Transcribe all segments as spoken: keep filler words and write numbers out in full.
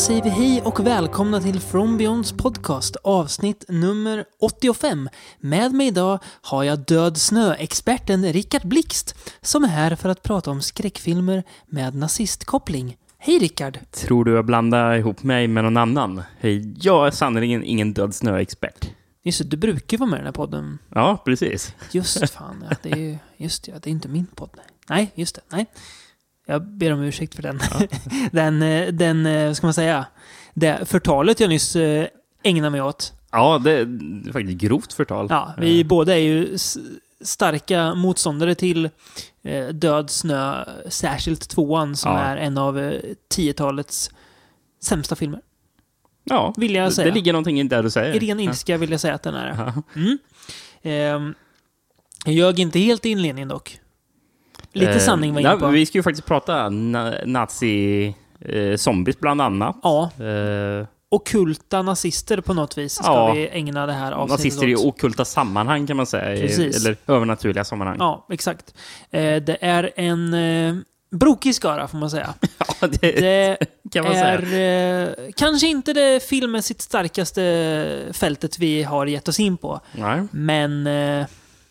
säger vi hej och välkomna till From Beyonds podcast, avsnitt nummer åttiofem. Med mig idag har jag Död snö-experten Rickard Blixt som är här för att prata om skräckfilmer med nazistkoppling. Hej Rickard! Tror du jag blandar ihop mig med någon annan? Hej, jag är sannoliken ingen Död snö-expert. Just det, du brukar vara med i den här podden. Ja, precis. Just fan, ja, det är ju, just ja, det är inte min podd. Nej, nej just det, nej. Jag ber om ursäkt för den. Ja. den, den, vad ska man säga? Det förtalet jag nyss ägnade mig åt. Ja, det är faktiskt grovt förtal. Ja, vi ja. båda är ju starka motståndare till Död snö, särskilt tvåan som ja. är en av tiotalets sämsta filmer. Ja, vill jag säga. Det ligger någonting in där du säger. I ren ilska ja. vill jag säga att den är. Ja. Mm. Ehm, jag ljög inte helt i inledningen dock. Lite eh, sanning var inne på. Vi ska ju faktiskt prata na- nazi-zombies eh, bland annat. Ja. Eh. Ockulta nazister på något vis ska ja. vi ägna det här avsnittet. Nazister i ockulta sammanhang kan man säga. Precis. Eller övernaturliga sammanhang. Ja, exakt. Eh, det är en eh, brokig skara får man säga. Ja, det, det kan man är säga. Eh, kanske inte det filmmässigt starkaste fältet vi har gett oss in på. Nej. Men... Eh,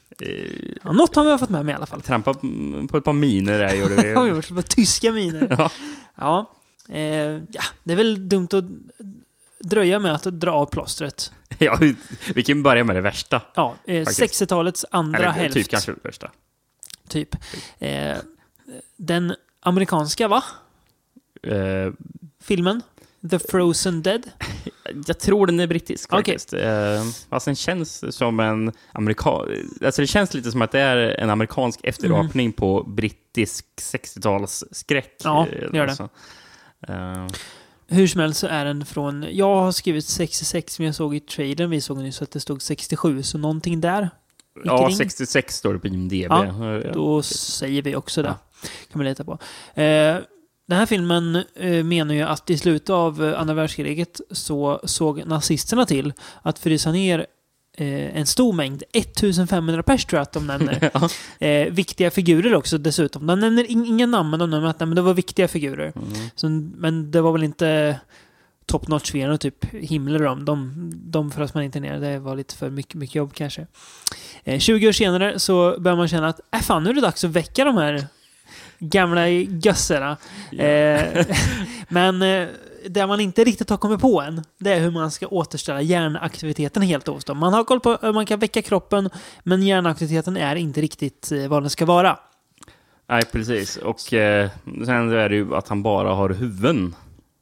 Ja, något har vi fått med mig i alla fall. Trampa på ett par miner där gjorde vi. Ja, vi har gjort på tyska miner. Ja. Ja, eh, ja, det är väl dumt att dröja med att dra av plåstret. Ja, vi kan börja med det värsta. Ja, eh, sextiotalets andra Eller, hälft. Typ kanske det värsta. Typ. Eh, den amerikanska, va? Eh, Filmen? The Frozen Dead? Jag tror den är brittisk faktiskt. Okay. Eh, fast den känns som en amerikan... Alltså det känns lite som att det är en amerikansk efterapning mm. på brittisk sextio-tals skräck. Ja, det gör det. Alltså. Eh. Hur som helst så är den från... Jag har skrivit sextiosex, men jag såg i trailern, vi såg nyss att det stod sextiosju, så någonting där. Ja, sextiosex står det på I M D B. Ja, då ja. säger vi också det. Ja. Kan man leta på. Eh, Den här filmen eh, menar ju att i slutet av andra världskriget så såg nazisterna till att frysa ner eh, en stor mängd, ettusenfemhundra pers tror jag att de nämner. Ja. Eh, viktiga figurer också dessutom. De nämner in, inga namn, men de nämner att men det var viktiga figurer. Mm. Så, men det var väl inte top notch och typ Himmler och dem. De, de frös man inte ner. Det var lite för mycket, mycket jobb kanske. Eh, tjugo år senare så börjar man känna att äh, fan, nu är det dags att väcka de här gamla gösserna. Yeah. Eh, men eh, det man inte riktigt har kommit på än, det är hur man ska återställa hjärnaktiviteten helt och hållet. Man har koll på hur man kan väcka kroppen, men hjärnaktiviteten är inte riktigt eh, vad den ska vara. Nej, precis. Och eh, sen är det ju att han bara har huvuden.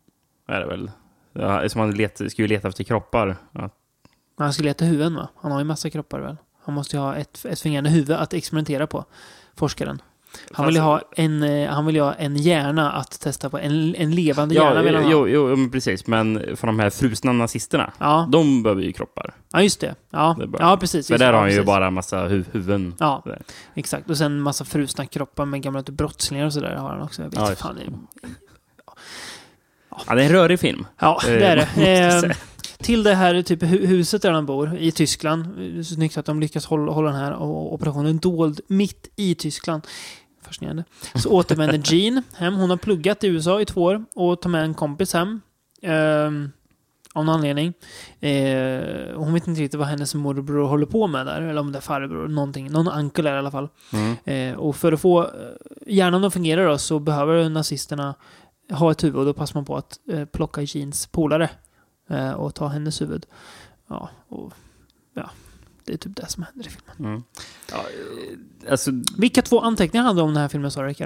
Är det väl? Ja, som han let, ska ju leta efter kroppar. Ja. Han ska leta huvuden, va? Han har ju massa kroppar väl? Han måste ju ha ett, ett fungerande huvud att experimentera på, forskaren. Han vill ju ha en han vill ha en hjärna att testa på, en, en levande ja, hjärna vill han ha. Jo, jo, men precis, men för de här frusna nazisterna, ja. de behöver ju kroppar. Ja, just det. Ja, det ja precis. För där har ja, han precis. ju bara en massa hu- huvuden. Ja, där. Exakt. Och sen en massa frusna kroppar med gamla brottslingar och sådär har han också. Jag vet ja, fan. Det är... Ja. ja, det är en rörig film. Ja, det är det. Eh, till det här typ huset där han bor i Tyskland. Snyggt att de lyckas hålla, hålla den här operationen dold mitt i Tyskland. Fascinerande. Så återvänder Jean hem. Hon har pluggat i U S A i två år och tar med en kompis hem. Eh, av någon anledning. Eh, hon vet inte riktigt vad hennes morbror håller på med där. Eller om det är farbror. Någonting. Någon uncle där i alla fall. Mm. Eh, och för att få hjärnan att fungera då, så behöver nazisterna ha ett huvud. Och då passar man på att eh, plocka Jeans polare. Eh, och ta hennes huvud. Ja, och ja. Det är typ det som händer i filmen. Mm. Ja, alltså... Vilka två anteckningar hade du om den här filmen, sa Rickard?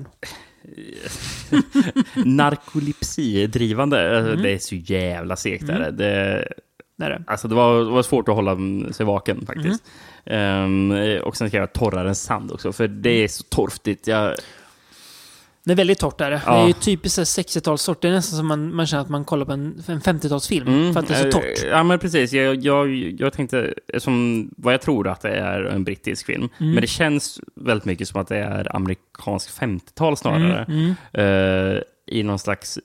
Narkolepsi-drivande. Mm. Det är så jävla segt. Mm. Där. Det, det, är det. Alltså, det, var, det var svårt att hålla sig vaken faktiskt. Mm. Um, och sen ska jag torrare än sand också. För det är så torftigt. Jag... Det är väldigt torrt där. Ja. Det är ju typiskt sextio-talssort. Det är nästan som man, man känner att man kollar på en, en femtio-talsfilm. Mm. För att det är så torrt. Ja, men precis. Jag, jag, jag tänkte som vad jag tror att det är en brittisk film. Mm. Men det känns väldigt mycket som att det är amerikansk femtio-tal snarare. Mm. Mm. Uh, I någon slags...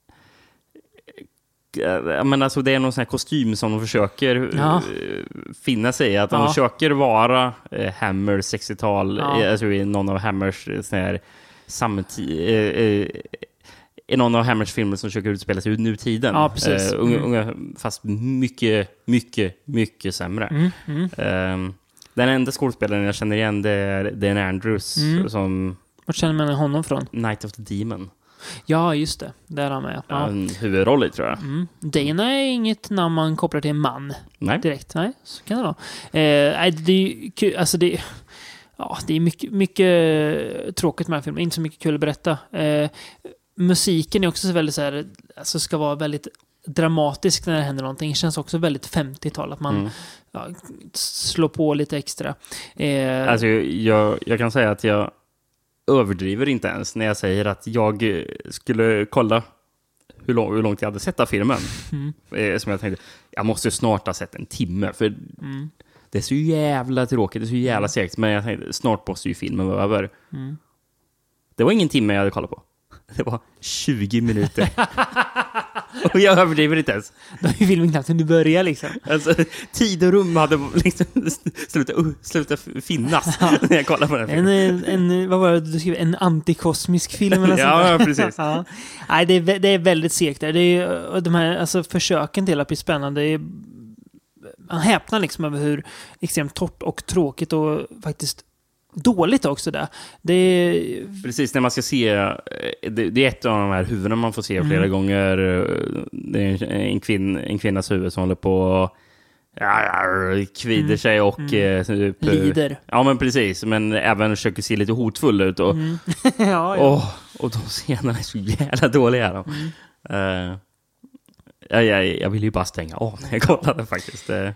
Men alltså det är någon sån här kostym som de försöker ja. finna sig i. Att de ja. försöker vara uh, Hammer sextio-tal. Ja. Alltså i någon av Hammers sån här samtid, eh, är någon av Hammers filmer som försöker utspela sig nu tiden. Ja, precis. Uh, unga, unga, fast mycket, mycket, mycket sämre. Mm, mm. Uh, den enda skådespelaren jag känner igen det är Dan Andrews Mm. som... Vart känner man honom från? Night of the Demon. Ja, just det. Där är han med. Ja. En huvudroll i, tror jag. Mm. Dana är inget namn man kopplar till en man. Nej. Direkt. Nej, så kan det vara. Eh, nej, det är kul. Alltså det, ja, det är mycket, mycket tråkigt med den här filmen. Inte så mycket kul att berätta. Eh, musiken är också så väldigt så här, alltså ska vara väldigt dramatisk när det händer någonting. Det känns också väldigt femtiotal. Att man mm. ja, slår på lite extra. Eh, alltså, jag, jag kan säga att jag överdriver inte ens när jag säger att jag skulle kolla hur, lång, hur långt jag hade sett av filmen. Mm. Som jag tänkte, jag måste snart ha sett en timme. För mm. det är så jävla tråkigt, det är så jävla segt. Men jag tänkte, snart måste ju filmen vara över. Mm. Det var ingen timme jag hade kollat på. Det var tjugo minuter. Och jag överdriver inte ens. Då är filmen knappt när du börjar liksom. Alltså, tid och rum hade liksom slutat, uh, slutat finnas när jag kollade på den filmen. En, en, vad var det du skrev? En antikosmisk film eller ja, ja, precis. Ja. Nej, det är, det är väldigt segt där. Det är, de här alltså, försöken till att bli spännande är, man häpnar liksom över hur extremt torrt och tråkigt och faktiskt dåligt också där. Det är... Precis, när man ska se det, det är ett av de här huvuden man får se flera mm. gånger. Det är en, kvinn, en kvinnas huvud som håller på ja, kvider mm. sig och mm. typ, lider. Ja, men precis, men även försöker se lite hotfull ut och, mm. ja, ja. och, och de scenerna är så jävla dåliga då. Mm. Uh, jag, jag, jag vill ju bara stänga av när jag kollade faktiskt. Uh,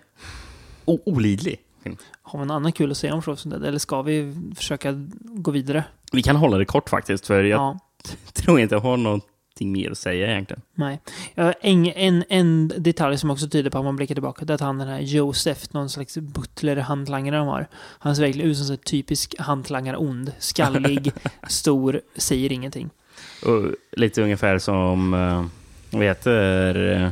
olidlig. Har vi en annan kul att säga om Frozen Dead? Eller ska vi försöka gå vidare? Vi kan hålla det kort faktiskt, för jag ja. tror inte jag har någonting mer att säga egentligen. Nej. En, en, en detalj som också tyder på att man blickar tillbaka, det är att han den här Joseph, någon slags butler-hantlangare de har. Han ser verkligen ut som en typisk hantlangare-ond. Skallig, stor, säger ingenting. Och lite ungefär som, vad heter...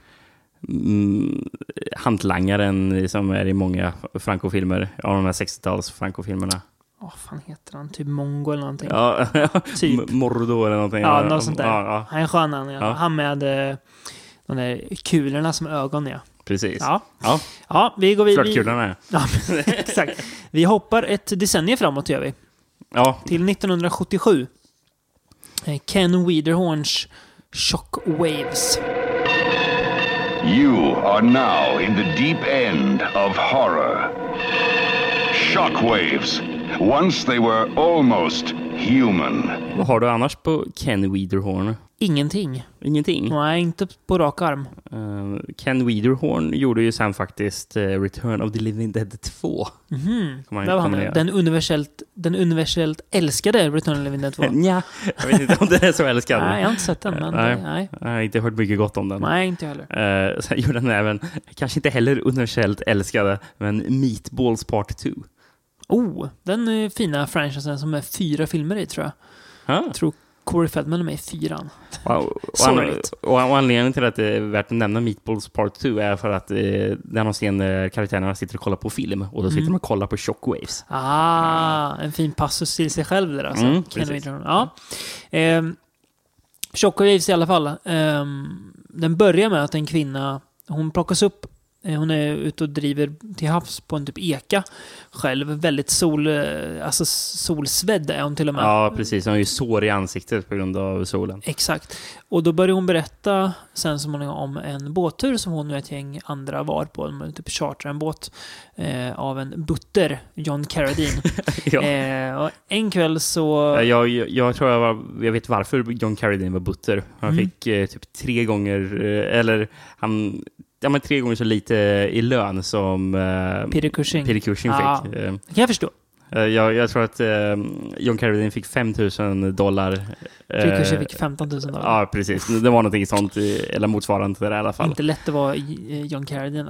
Mm, hantlangaren som är i många Franco-filmer av de här sextio-tals Franco-filmerna. Vad oh, fan heter han? Typ Mongo eller någonting. Ja, typ. Mordo eller någonting. Ja, något sånt där. Ja, ja. Han är skön, han. Ja. Ja. Han med eh, de där kulorna som ögon, ja. Precis. Ja, ja. ja vi går vidare. Flörtkulorna. Ja, exakt. Vi hoppar ett decennium framåt, gör vi. Ja. Till nittonhundrasjuttiosju. Ken Wiederhorns Shockwaves. You are now in the deep end of horror. Shockwaves. Once they were almost human. Vad har du annars på Ken Wiederhorn? Ingenting. Ingenting? Nej, inte på rak arm. Uh, Ken Wiederhorn gjorde ju sen faktiskt uh, Return of the Living Dead två. Mhm. Man, var han, den, universellt, den universellt älskade Return of the Living Dead två. Ja, jag vet inte om den är så älskad. Nej, jag har inte sett den. Men nej, det, nej. Jag har inte hört mycket gott om den. Nej, inte heller. Uh, sen gjorde den även, kanske inte heller universellt älskade, men Meatballs Part två. Oh, den är fina franchisen som är fyra filmer i, tror jag. Ah. Jag tror Corey Feldman är med i fyran. Wow. Och, an- och, och anledningen till att det är värt att nämna Meatballs Part två är för att eh, det är någon scen där karaktärerna sitter och kollar på film och då sitter mm. de och kollar på Shockwaves. Ah, en fin passus till sig själv där alltså. Mm, ja. eh, Shockwaves i alla fall. Eh, den börjar med att en kvinna, hon plockas upp. Hon är ute och driver till havs på en typ eka själv. Väldigt sol, alltså solsvedd är hon till och med. Ja, precis. Hon har ju sår i ansiktet på grund av solen. Exakt. Och då börjar hon berätta sen som hon om en båttur som hon och ett gäng andra var på. De typ chartrar en båt eh, av en butter, John Carradine. ja. eh, och en kväll så... Jag, jag, jag tror jag var... Jag vet varför John Carradine var butter. Han mm. fick eh, typ tre gånger... Eh, eller han... Ja, men tre gånger så lite i lön som uh, Peter Cushing, Peter Cushing ah, fick. Det kan jag förstå. Uh, jag, jag tror att uh, John Carradine fick fem tusen dollar. Peter Cushing fick femton tusen dollar. Ja, precis. Det var någonting sånt, eller motsvarande där i alla fall. Inte lätt att vara John Carradine alltså.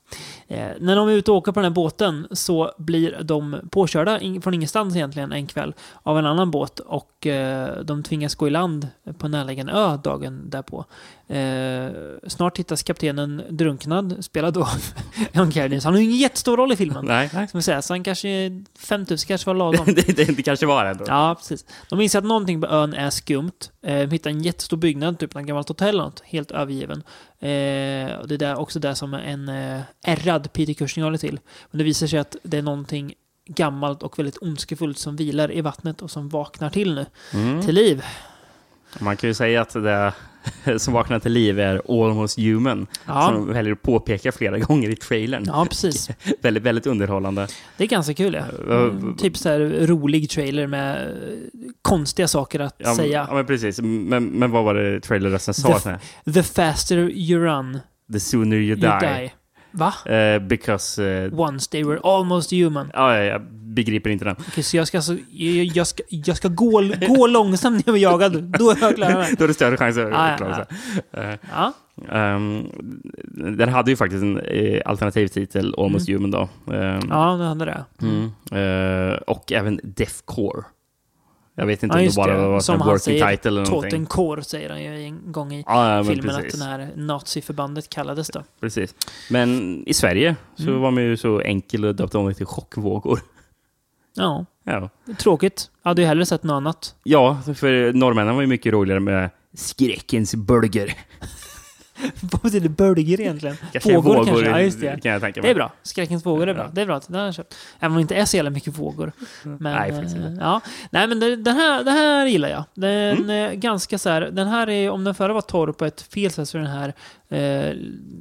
Eh, när de är ute och åker på den här båten så blir de påkörda in, från ingenstans egentligen en kväll av en annan båt och eh, de tvingas gå i land på en närliggande ö dagen därpå. Eh, snart hittas kaptenen drunknad, spelad av John Carradine. Han har ju ingen jättestor roll i filmen. Nej, nej. Som jag säger, så han kanske fem tusen kanske var lagom. det, det, det kanske var ändå. Ja, precis. De inser att någonting på ön är skumt. Eh, de hittar en jättestor byggnad, typ en gammalt hotell eller något, helt övergiven. Eh, och det är där, också där som en eh, ärrad Peter Cushing håller till. Men det visar sig att det är någonting gammalt och väldigt ondskefullt som vilar i vattnet och som vaknar till nu. Mm. Till liv. Man kan ju säga att det som vaknar till liv är Almost Human. Ja. Som de väljer att påpeka flera gånger i trailern. Ja, precis. väldigt, väldigt underhållande. Det är ganska kul, ja. Mm, typ så här rolig trailer med konstiga saker att ja, säga. Ja, men precis. Men, men vad var det trailern sa? The, the faster you run. The sooner you, you die. die. Va? Uh, because... Uh, Once they were almost human. Ja, jag begriper inte den. Okay, så jag ska, alltså, jag, jag ska, jag ska gå, gå långsamt när jag jagar. Då är jag klar med. Då är det större chans att ah, klara sig. Ja, Uh, ja. Um, den hade ju faktiskt en uh, alternativ titel, Almost mm. Human då. Um, ja, det hade det. Mm. Uh, och även Deathcore. Jag vet inte ja, om det bara det. var som en working title eller någonting. Totencore säger han ju en gång i ja, ja, filmen precis. att den här naziförbandet kallades då. Precis. Men i Sverige så mm. var man ju så enkel och döpte om till chockvågor. Ja. Ja. Tråkigt. Jag hade ju hellre sett något annat. Ja, för norrmännen var ju mycket roligare med skräckens bölger. Vad betyder det bölger egentligen? Kanske vågor, vågor kanske. Ja, just det. Kan jag tänka mig. Det är bra. Skräckens vågor är bra. Ja. Det är bra. Det har även om det inte är så jävla mycket vågor. Men, Nej, faktiskt inte. Ja. Nej, men det, den, här, den här gillar jag. Den Mm. är ganska så här... Den här är, om den förra var torr på ett fel sätt så är den här... Eh,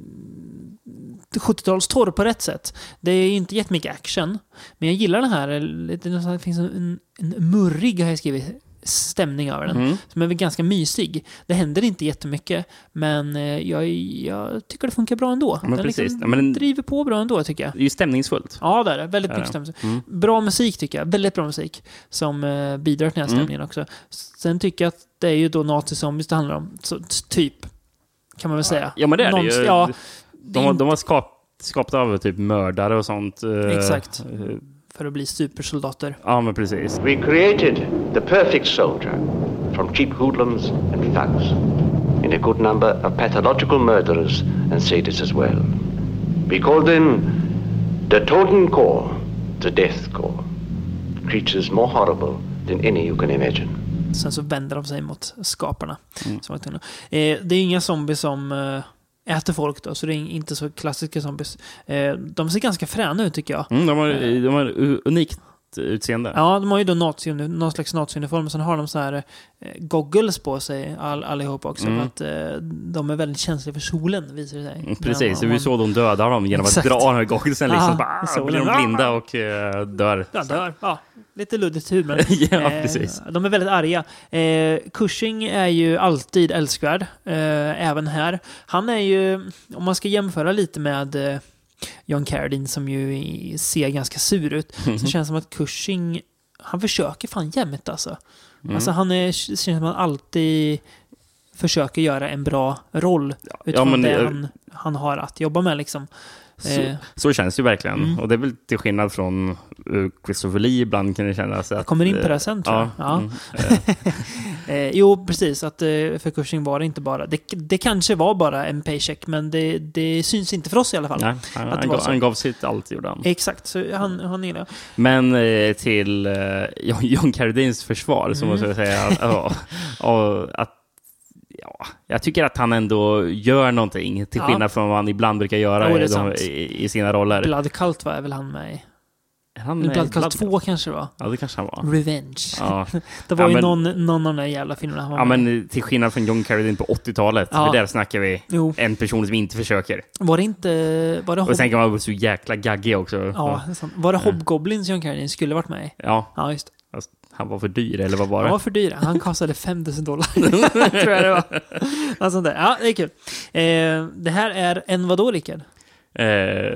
sjuttio-tals torr på rätt sätt. Det är ju inte jättemycket action. Men jag gillar den här. Det finns en, en murrig, har jag skrivit, stämning över den. Mm. Som är väl ganska mysig. Det händer inte jättemycket. Men jag, jag tycker det funkar bra ändå. Ja, men den precis. liksom Ja, men den driver på bra ändå, tycker jag. Det är ju stämningsfullt. Ja, det är det. Väldigt Ja, mycket stämning. mm. Bra musik, tycker jag. Väldigt bra musik. Som uh, bidrar till den här stämningen mm. också. Sen tycker jag att det är ju då nazi-zombies det handlar om. Så, typ. Kan man väl säga. Ja, men det är det ju. Ja, de, de, de har skap, skapat av typ mördare och sånt. Exakt. Uh, för att bli supersoldater. Ja, men precis. We created the perfect soldier from cheap hoodlums and thugs in a good number of pathological murderers and sadists as well. We called them the Totencore, the Deathcore. Creatures more horrible than any you can imagine. Sen så vänder de sig mot skaparna. Mm. Som var eh, det är inga zombies som eh, äter folk då, så det är inte så klassiska zombies. Eh, de ser ganska fräna ut, tycker jag. Mm, de har, eh. de har unikt utseende. Ja, de har ju då nazi, någon slags nazi-uniform, och sen har de så här eh, goggles på sig all, allihop också, mm. för att eh, de är väldigt känsliga för solen, visar det sig. Mm, precis, man, vi såg de dödar dem genom Exakt. Att dra de här gogglesen liksom, ah, bara, så blir de blinda och uh, dör. Ja, dör. Ja, lite luddigt huvud, men ja, eh, precis. De är väldigt arga. Eh, Cushing är ju alltid älskvärd, eh, även här. Han är ju, om man ska jämföra lite med eh, John Carradine, som ju ser ganska sur ut, mm-hmm. så känns det som att Cushing, han försöker fan jämt alltså. Mm. Alltså han är, känns som att han alltid försöker göra en bra roll ja, utifrån ja, men, det han, han har att jobba med liksom. Så, eh. så känns det ju verkligen. Mm. Och det är väl till skillnad från uh, Christopher Lee ibland kan det kännas att... Jag kommer in på det sen, tror jag. Ja. Mm. eh, jo, precis. Att, för Cushing var det inte bara... Det, det kanske var bara en paycheck, men det, det syns inte för oss i alla fall. Nej, han, att han, gav, han gav sitt allt, gjorde han. Exakt, så han, han är det. Men eh, till eh, John Carradines försvar, så mm. måste jag säga att, oh, oh, att ja, jag tycker att han ändå gör någonting till skillnad ja. Från vad han ibland brukar göra oh, i, de, i, i sina roller. Blood Cult var väl han med i? Han Blood Cult Blood två kanske det var. Ja, det kanske han var. Revenge. Ja. Det var ja, ju men, någon, någon av de där jävla filmerna han var Ja, med. men till skillnad från John Carradine på åttiotalet, ja. Där snackar vi jo. En person som inte försöker. Var det inte... Var det och sen kan man vara så jäkla gaggig också. Ja, ja. Var det Hobgoblins John Carradine skulle varit med i? Ja. Ja, just det. Han var för dyr, eller vad var det? Han var för dyr. Han kostade femtusen dollar. tror jag det var. Alltså där. Ja, det är kul. Eh, det här är en vadå, Rickard? Eh,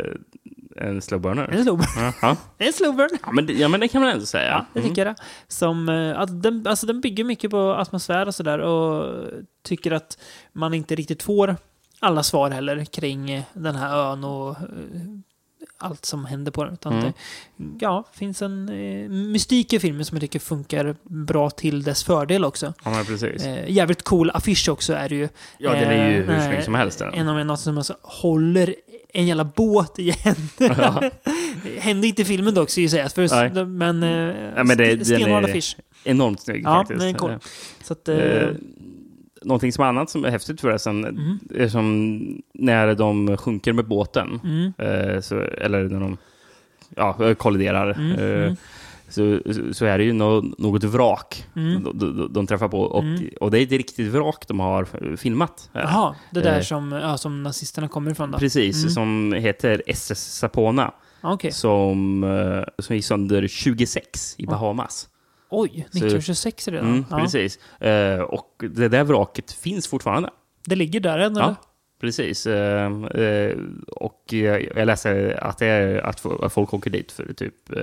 en slow burner. En slow burner. Uh-huh. En slow burner. Ja, men det, ja, men det kan man ändå säga. Ja, det tycker mm. jag. Som, att den, alltså den bygger mycket på atmosfär och sådär, och tycker att man inte riktigt får alla svar heller kring den här ön och allt som händer på den. Utan mm. det ja, finns en eh, mystik i filmen som jag tycker funkar bra till dess fördel också. Ja, men precis. Eh, jävligt cool affisch också är det ju. Ja, den är ju eh, hur snygg som helst. Den. En av något som alltså håller en jävla båt i händerna. Ja. Händer inte i filmen dock, så ju sägas. För, men, eh, ja, men det, stenhård affisch. Enormt snygg ja, faktiskt. Men cool. Så att... Eh, eh, Någonting som annat som är häftigt förresten mm. är som när de sjunker med båten mm. eh, så, eller när de ja, kolliderar mm. eh, så, så är det ju något, något vrak mm. de, de, de träffar på och, mm. och det är ett riktigt vrak de har filmat. Jaha, det där eh, som, ja, som nazisterna kommer ifrån då? Precis, mm. som heter S S Sapona okay. som, som gick sönder tjugosex i Bahamas. Oj, nittonhundratjugosex redan. Mm, ja. Precis. Uh, och det där vraket finns fortfarande. Det ligger där än, ja, eller? Precis. Uh, uh, och jag, jag läser att, det är, att, att folk åker dit för typ uh,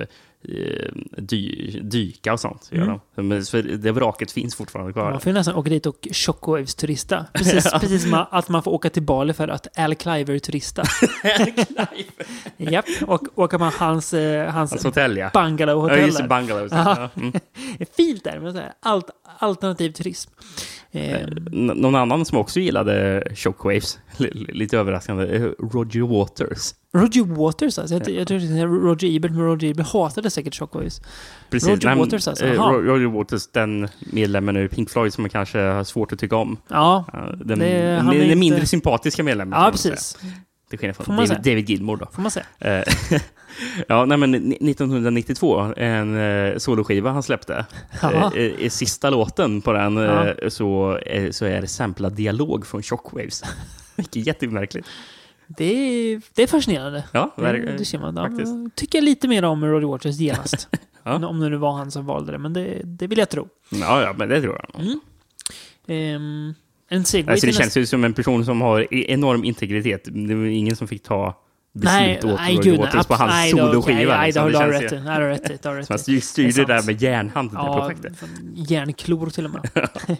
dy, dyka och sånt. Mm. Men för det vraket finns fortfarande kvar. Man får nästan åka dit och shockwaves-turista. Precis, ja. Precis som att man får åka till Bali för att Al Cliver-turista. Al Cliver? Japp, och åka med hans, hans, hans hotell, ja. Bungalow-hotell. Ja, just det, bungalow. Ja. Mm. Fint där, men så här, alt, alternativ turism. Eh, Någon annan som också gillade shockwaves, lite överraskande, Roger Waters. Roger Waters alltså? Jag, jag tror att det är Roger Ebert, men Roger Ebert hatade säkert shockwaves. Precis. Roger Nej, Waters alltså? Eh, Roger Waters, den medlemmen i Pink Floyd som man kanske har svårt att tycka om. Ja. Den, det, den, den inte... mindre sympatiska medlemmen. Ja, precis. Det sker från David, David Gilmour då. Får man säga. Ja, nej, men nittonhundranittiotvå, en uh, soloskiva han släppte. Uh, I sista låten på den uh, så, uh, så är det samplad dialog från Shockwaves. Vilket jättemärkligt. Det är, det är fascinerande. Ja, det, det ser man. Faktiskt. Tycker jag lite mer om Roger Waters genast. Ja. Om det nu var han som valde det, men det, det vill jag tro. Ja, ja, men det tror jag. Mm. Um, en segway alltså, det känns nästa... ju som en person som har enorm integritet. Det var ingen som fick ta beslut åt nej, Roger Waters på hans soloskiva. Nej, liksom. det har du rätt i. Det har rätt i. Så man styrde det där med järnhand i ja, det projektet. Järnklor till och med.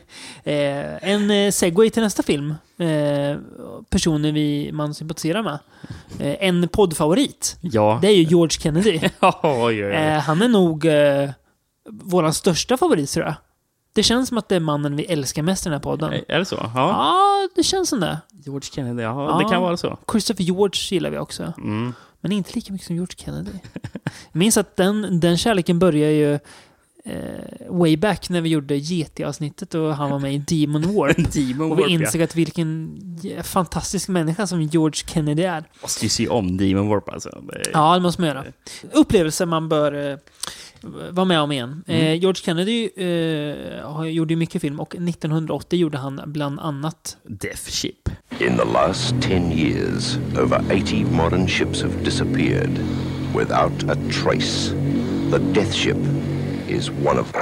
eh, en eh, segway till nästa film. Eh, personer vi, man sympatiserar med. Eh, en poddfavorit. Ja. Det är ju George Kennedy. ja, ja, ja. Eh, han är nog eh, vår största favorit, tror jag. Det känns som att det är mannen vi älskar mest i den här podden. Är det så? Ja, ja det känns som det. George Kennedy, ja, ja, det kan vara så. Christopher George gillar vi också. Mm. Men inte lika mycket som George Kennedy. Jag minns att den, den kärleken började ju eh, way back när vi gjorde G T-avsnittet och han var med i Demon Warp. Demon och vi Warp, insåg ja. att vilken fantastisk människa som George Kennedy är. Måste ju se om Demon Warp alltså. Det är... Ja, det måste man göra. Upplevelser man bör... Eh, var med om igen. Mm. Eh, George Kennedy eh, gjorde ju mycket film och nittonhundraåttio gjorde han bland annat Death Ship. In the last ten years, over eighty modern ships have disappeared without a trace. The Death Ship is one of them.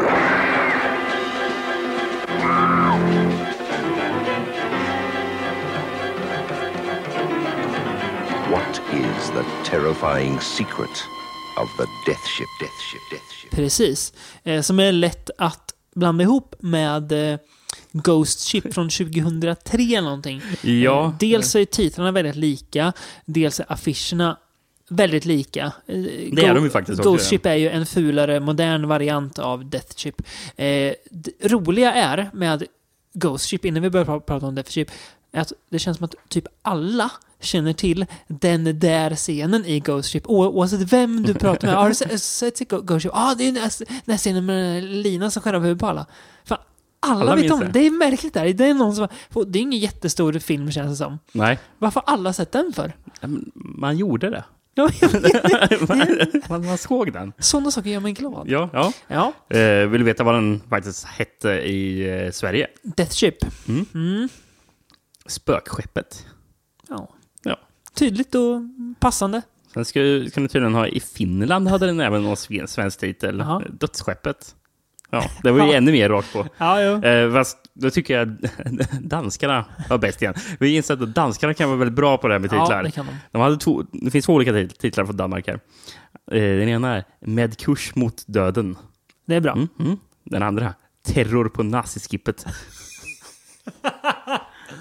What is the terrifying secret of the Death Ship, Death Ship, Death Ship? Precis. Eh, som är lätt att blanda ihop med eh, Ghost Ship från tjugohundratre eller någonting. Ja. Eh, dels är titlarna väldigt lika, dels är affischerna väldigt lika. Eh, det är de ju faktiskt också. Ghost Ship är ju en fulare, modern variant av Death Ship. Eh, det roliga är med Ghost Ship, innan vi börjar prata om Death Ship, är att det känns som att typ alla känner till den där scenen i Ghost Ship. O- oavsett vem du pratar med. Har du sett Ghost Ship? Ja, ah, det är den där scenen med Lina som skär av huvudet på alla. Fan, alla, alla vet om det. Det är märkligt där. Det är någon som det är ingen jättestor film, känns det som. Nej. Varför har alla sett den för? Man gjorde det. Ja, man, man såg den. Sådana saker gör mig glad. Ja, ja. ja. Eh, vill du veta vad den faktiskt hette i eh, Sverige? Death Ship. Mm. Mm. Spökskeppet. Ja. Ja. Tydligt och passande. Sen skulle, skulle tydligen ha i Finland hade den även någon svensk titel. Aha. Dödsskeppet. Ja, det var ju ja. ännu mer rakt på. Ja, jo. Eh, fast då tycker jag danskarna var bäst igen. Vi inser att danskarna kan vara väldigt bra på det här med titlar. Ja, det kan de. De hade to, det finns två olika titlar från Danmark här. Eh, den ena är Med kurs mot döden. Det är bra. Mm, mm. Den andra, Terror på naziskippet.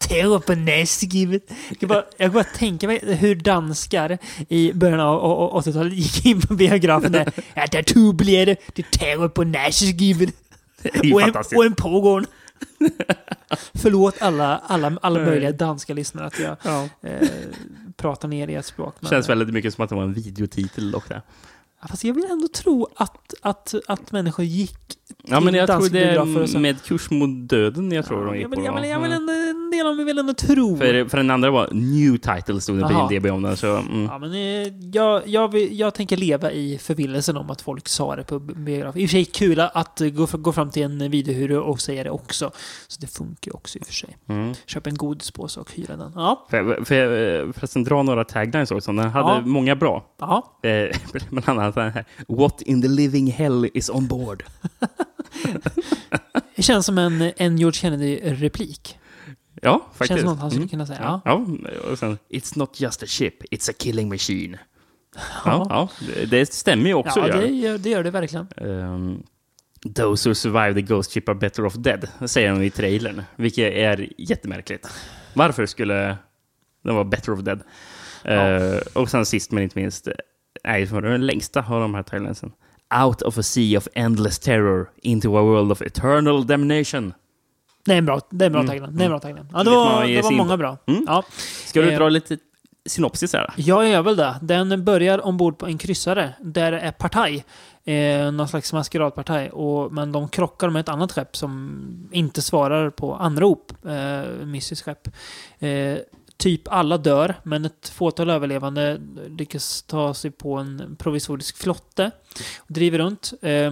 terror på näsgivet. Jag kan bara, jag kan bara tänka mig hur danskar i början av åttiotalet gick in på biografen där. Ja, där tog blir det. Det är terror på näsgivet. Och en, och en pågård. Förlåt alla, alla, alla möjliga danska lyssnare att jag ja. eh, pratar ner i ett språk. Det känns väldigt mycket som att det var en videotitel och det. Ja, fast jag vill ändå tro att, att, att människor gick ja, men jag tror det är och med kurs mot döden jag tror ja, de gick jag vill, på. Jag vill, jag vill ändå, en del av mig vill ändå tro. För, för den andra var new title stod det på I M D B om den. Så, mm. Ja, men eh, jag, jag, vill, jag tänker leva i förvillelsen om att folk sa det på biograf. I och för sig kul att gå, gå fram till en videohyrare och säga det också. Så det funkar ju också i och för sig. Mm. Köp en godispåse och hyra den. Ja. För, för, förresten dra några taglines också. Den hade ja. många bra. Ja. Eh, bland annat den här. What in the living hell is on board? Det känns som en, en George Kennedy-replik. Ja, faktiskt. Känns som något han skulle kunna säga. Ja. Ja. Och sen, it's not just a ship, it's a killing machine. Ja, ja, ja det, det stämmer ju också. Ja, det gör det, gör det verkligen. Um, Those who survive the ghost ship are better off dead, säger de i trailern. Vilket är jättemärkligt. Varför skulle den vara better off dead? Ja. Uh, och sen sist men inte minst, nej, för den längsta av de här trailersen. Out of a sea of endless terror into a world of eternal damnation. Det är en bra, det är en bra tagline. Mm. Det är en bra tagline. Ja, det var, det var många bra. Mm. Ja. Ska du eh, dra lite synopsis här? Ja, jag gör väl det. Den börjar ombord på en kryssare där det är partaj. Eh, någon slags maskeradpartaj. Och, men de krockar med ett annat skepp som inte svarar på anrop. Eh, mystiskt skepp. Eh, Typ alla dör, men ett fåtal överlevande lyckas ta sig på en provisorisk flotte och driver runt. Eh,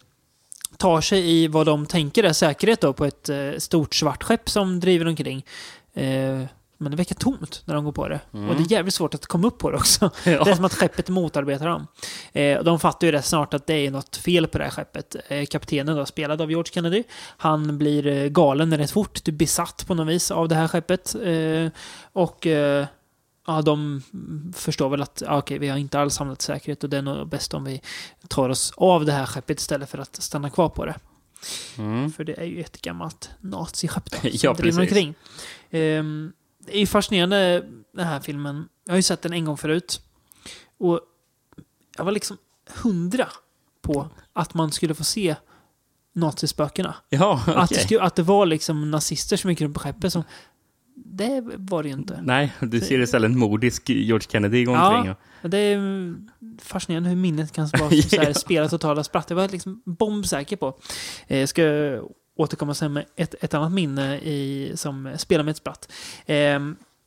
tar sig i vad de tänker är säkerhet då på ett eh, stort svart skepp som driver omkring. Eh, men det verkar tomt när de går på det. Mm. Och det är jävligt svårt att komma upp på det också. Ja. Det är som att skeppet motarbetar dem. Eh, de fattar ju rätt snart att det är något fel på det här skeppet. Eh, kaptenen då, spelad av George Kennedy. Han blir eh, galen rätt fort. Du besatt på något vis av det här skeppet. Eh, och eh, ja, de förstår väl att ah, okay, vi har inte alls samlat säkerhet och det är nog bäst om vi tar oss av det här skeppet istället för att stanna kvar på det. Mm. För det är ju ett gammalt naziskepp då, som ja, driver omkring. Eh, Det är ju fascinerande, den här filmen. Jag har ju sett den en gång förut. Och jag var liksom hundra på att man skulle få se nazispökena. Ja, okay. att, det skulle, att det var liksom nazister som gick runt på skeppet som... Det var det ju inte. Nej, du ser istället en modisk George Kennedy omkring. Ja, det är fascinerande hur minnet kan vara så här, spela totala spratt. Jag var liksom bombsäker på. Jag ska återkomma sen med ett, ett annat minne i, som spelar med ett spratt. Eh,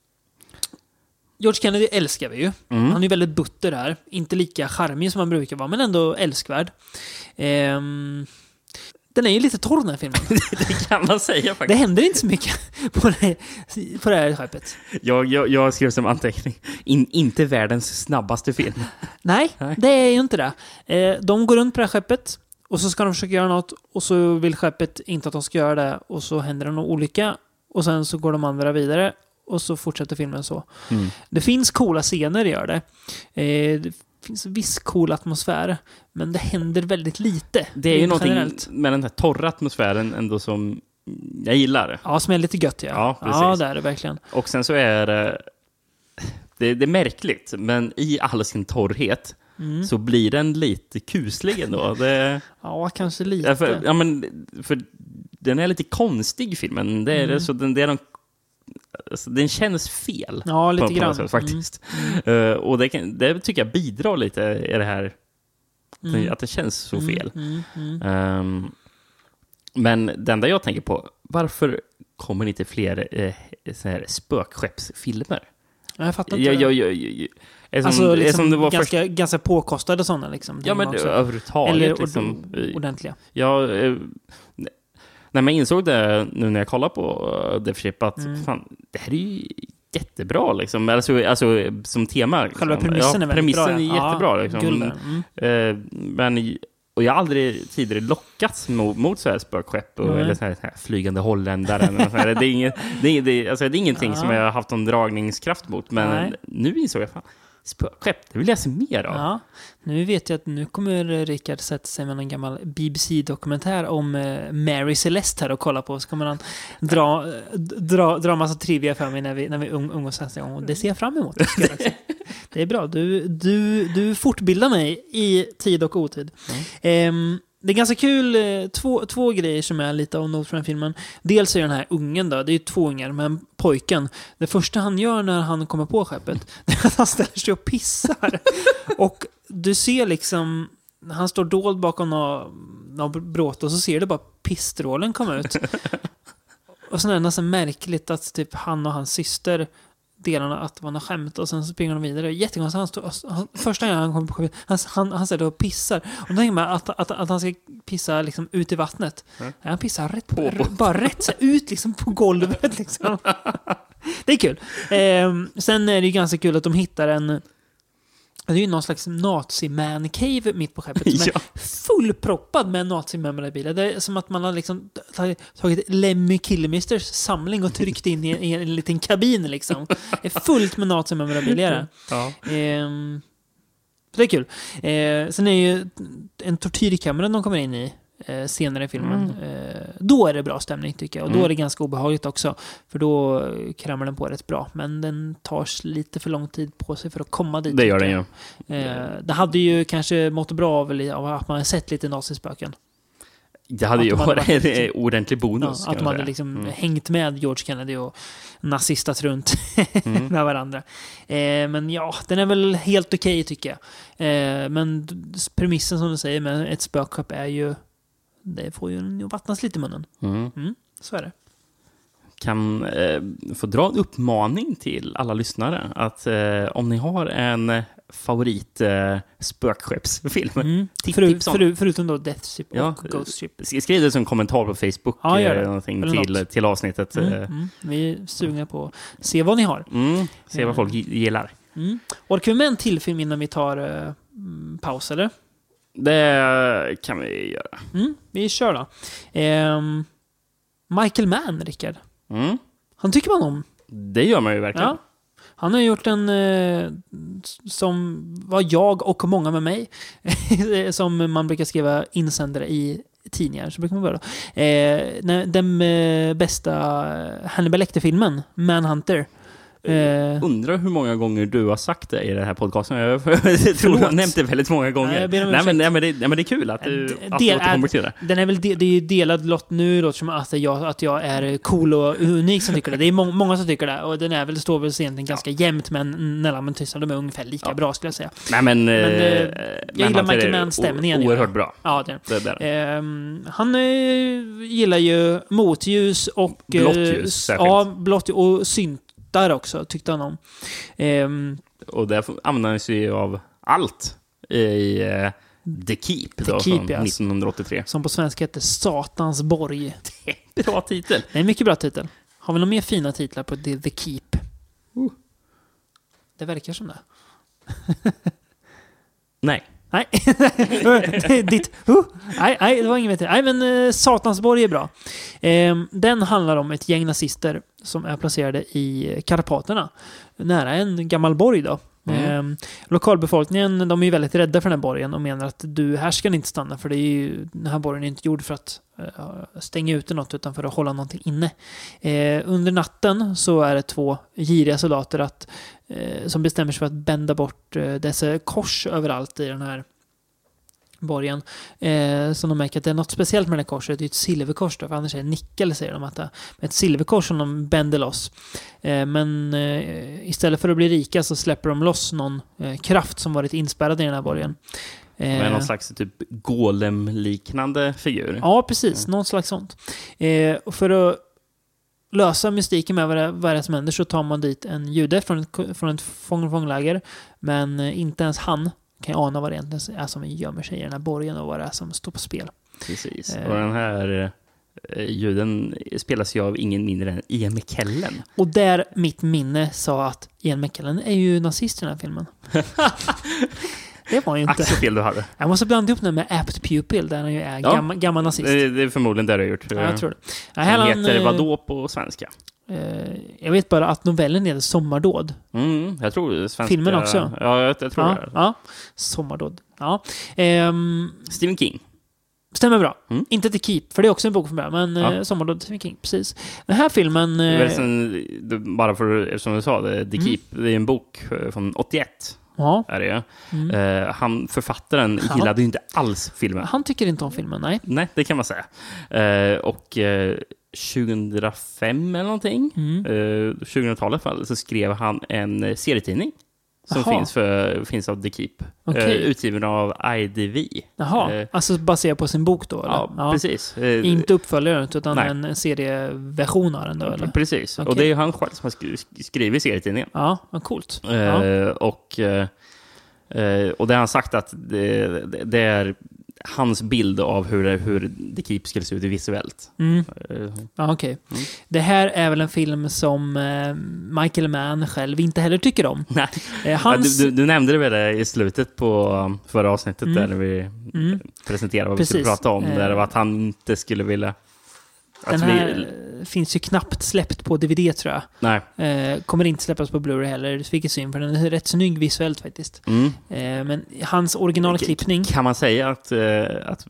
George Kennedy älskar vi ju. Mm. Han är ju väldigt butter här. Inte lika charmig som han brukar vara, men ändå älskvärd. Eh, den är ju lite torr den här filmen. Det kan man säga faktiskt. Det händer inte så mycket på det, på det här skeppet. Jag, jag, jag skrev som anteckning. In, inte världens snabbaste film. Nej, Nej, det är ju inte det. Eh, de går runt på det här skeppet. Och så ska de försöka göra något. Och så vill skeppet inte att de ska göra det. Och så händer det någon olycka. Och sen så går de andra vidare. Och så fortsätter filmen så. Mm. Det finns coola scener, gör det. Eh, det finns viss cool atmosfär. Men det händer väldigt lite. Det är ju någonting generellt med den här torra atmosfären ändå som jag gillar. Ja, som är lite gött, ja. Ja, precis. Ja, det är det verkligen. Och sen så är det... Det, det är märkligt. Men i all sin torrhet... Mm. Så blir den lite kuslig ändå. Det, ja, kanske lite. Ja, för, ja, men, för den är lite konstig, filmen. Det är mm. det, så den, det är de, alltså, den känns fel. Ja, lite på, grann. På sätt, faktiskt. Mm. Uh, och det, kan, det tycker jag bidrar lite i det här. Mm. Att det känns så fel. Mm. Mm. Mm. Um, men det enda jag tänker på, varför kommer det inte fler eh, så här spökskeppsfilmer? Jag fattar inte. Jag, jag, jag, jag, Som, alltså liksom som det var ganska, först... ganska påkostade sådana liksom. Ja, men också. Överhuvudtaget. Eller liksom, ordentliga. Ja, eh, när man insåg det nu när jag kollade på uh, Death Ship att mm. fan, det här är ju jättebra liksom. Alltså, alltså som tema. Liksom. Själva premissen ja, är väldigt premissen bra. Premissen är ja. jättebra. Liksom. Mm. Uh, men... Och jag har aldrig tidigare lockats mot, mot så här spökskepp och, eller så här, så här flygande holländare. det, är ingen, det, är, det, alltså, det är ingenting ja. som jag har haft någon dragningskraft mot. Men Nej. nu insåg jag fan, spökskepp, det vill jag se mer av. Ja, nu vet jag att nu kommer Rickard sätta sig med en gammal B B C-dokumentär om eh, Mary Celeste här och kolla på. Så kommer han dra, dra, dra massa trivia för mig när vi, när vi um, umgås nästa gång. Och det ser jag fram emot. Det är bra. Du, du, du fortbildar mig i tid och otid. Mm. Eh, Det är ganska kul, två, två grejer som är lite av not från den filmen. Dels är den här ungen då, det är ju två ungar, men pojken, det första han gör när han kommer på skeppet, det är att han ställer sig och pissar. Och du ser liksom, han står dold bakom någon bråte och så ser du bara pissstrålen komma ut. Och sen är det nästan märkligt att typ han och hans syster delarna att man har skämt och sen så springer de vidare. Jättekonstigt. Han står, han, första gången han kommer på skeppet, han, han, han säger och pissar. Och då tänker man att, att, att han ska pissa liksom ut i vattnet. Mm. Han pissar rätt på, r- bara rätt så ut liksom på golvet. Liksom. Det är kul. Eh, sen är det ju ganska kul att de hittar en det är ju någon slags nazi-man-cave mitt på skeppet som ja. är fullproppad med nazi-memorabilia. Det är som att man har liksom tagit Lemmy Kilmisters samling och tryckt in i, i en liten kabin liksom. Det är fullt med nazi-memorabilia. Ja. Ehm, det är kul. Ehm, sen är ju en tortyrkamera de kommer in i eh, senare i filmen. Mm. Ehm, då är det bra stämning tycker jag. Och då mm. är det ganska obehagligt också. För då kramar den på rätt bra. Men den tar lite för lång tid på sig för att komma dit. Det gör den ju. Ehm, det hade ju kanske mått bra av, av att man hade sett lite nazispöken. Det hade ju varit en liksom, ordentlig bonus. Ja, att de hade liksom mm. hängt med George Kennedy och nazistat runt mm. med varandra. Eh, men ja, den är väl helt okej okay, tycker jag. Eh, men premissen som du säger med ett spökskepp är ju det får ju vattnas lite i munnen. Mm. Mm, så är det. Kan eh, få dra en uppmaning till alla lyssnare att eh, om ni har en favorit eh, spökskeppsfilm mm. För, för, förutom då Death Ship och ja, Ghost Ship. Skriv det som kommentar på Facebook ja, eller någonting eller till, något. till avsnittet. Mm, mm. Vi är sugna på att se vad ni har. Mm, se vad folk gillar. Mm. Orkar vi med en till film innan vi tar uh, paus eller? Det kan vi göra. Mm, vi kör då. Um, Michael Mann, Rickard. Mm. Han tycker man om. Det gör man ju verkligen. Ja. Han har gjort en eh, som var jag och många med mig som man brukar skriva insändare i tidningar så brukar man börja. Eh, den eh, bästa Hannibal Lecter-filmen Manhunter. Eh, Undrar hur många gånger du har sagt det i den här podcasten. Jag, jag tror jag har nämnt det väldigt många gånger. Nej, nej, men, nej, men, det, nej men det är kul att du del, återkommer till det. Den är väl de, det är delad lott nu låter som att jag, att jag är cool och unik som tycker det. Det är må, många som tycker det. Och den är väl, står väl egentligen ganska ja. jämnt men Nellan men Tystnad, de är ungefär lika ja. bra skulle jag säga. Nej men, men eh, jag gillar Michael Manns stämningen. Oerhört ja. bra. Ja, det. det där. Eh, han eh, gillar ju motljus och blått ljus särskilt. Ja, blått och synt där också, tyckte han om. Um, och där använder han sig av allt i uh, The Keep, The då, Keep från ja. nittonhundraåttiotre. Som på svenska heter Satans borg. Det är bra titel. Det är en mycket bra titel. Har vi några mer fina titlar på The, The Keep? Uh. Det verkar som det. Nej. Nej, ditt, uh, nej, nej, det var inget vettigt. Nej, men uh, Satansborg är bra. Um, den handlar om ett gäng nazister som är placerade i Karpaterna, nära en gammal borg då. Mm. Um, lokalbefolkningen, de är ju väldigt rädda för den här borgen och menar att du här ska inte stanna för det är ju, den här borgen är inte gjord för att uh, stänga ute något utan för att hålla någonting inne. Uh, under natten så är det två giriga soldater att, uh, som bestämmer sig för att bända bort uh, dessa kors överallt i den här borgen. Eh, så de märker att det är något speciellt med det här korset. Det är ett silverkors då, för annars är det nickel, säger de. Att det är ett silverkors som de bänder loss. Eh, men eh, istället för att bli rika så släpper de loss någon eh, kraft som varit inspärrad i den här borgen. Eh, med någon slags typ golem-liknande figur. Ja, precis. Mm. Någon slags sånt. Eh, och för att lösa mystiken med vad det, vad det är som händer så tar man dit en jude från ett, från ett fång, fångläger. Men eh, inte ens han kan jag ana vad det egentligen är som gömmer sig i den här borgen och vad det är som står på spel. Precis. Eh. Och den här eh, ljuden spelas ju av ingen mindre än Ian McKellen. Och där mitt minne sa att Ian McKellen är ju nazist i den här filmen. Det var ju inte. Axel, du hade. Jag måste blanda ihop den med Apt Pupil där han ju är ja. gammal, gammal nazist. Det, det är förmodligen det du har gjort. Ja, jag tror det. Ja, han heter han, vadå på svenska? Eh, jag vet bara att novellen heter Sommardåd. Mm, jag tror det. Svenska... Filmen också? Ja, jag, jag tror ja, det. Ja, Sommardåd. Ja. Ehm, Stephen King. Stämmer bra. Mm. Inte The Keep, för det är också en bok från början, men Ja. eh, Sommardåd, Stephen King, precis. Den här filmen... Det är Eh, väl sen, det, bara för, som du sa, det, The Keep, det är en bok från åttioett. ja, Är det ju. Mm. Eh, han, författaren Ja. gillade ju inte alls filmen. han tycker inte om filmen, nej. Nej, det kan man säga. Eh, och eh, tjugohundrafem eller någonting, Mm. eh, tjugohundratalet i alla fall, så skrev han en eh, serietidning som Jaha. finns, för, finns av The Keep. Okej. Eh, utgiven av I D V. Jaha, Eh, alltså baserat på sin bok då, eller? ja, precis. Eh, Inte uppföljaren, utan Nej. en serieversion av den då, eller? Precis. Okej. Och det är ju han själv som har sk- skrivit serietidningen. Ja, vad coolt. Eh, Ja. och, eh, eh, och det har han sagt att det, det, det är hans bild av hur, det, hur The Keep skulle se ut visuellt. Mm. Eh, Ja, okej. Mm. Det här är väl en film som eh, Michael Mann själv inte heller tycker om. nej. Eh, hans... Ja, du, du, du nämnde det väl det i slutet på förra avsnittet Mm. där vi Mm. presenterade vad Precis. vi skulle prata om. Eh. Där det var att han inte skulle vilja... Den Att här vi, finns ju knappt släppt på D V D, tror jag. nej. Eh, kommer inte släppas på Blu-ray heller, det fick jag syn, för den är rätt snygg visuellt faktiskt. Mm. Eh, men hans originalklippning... Kan man säga att, eh, att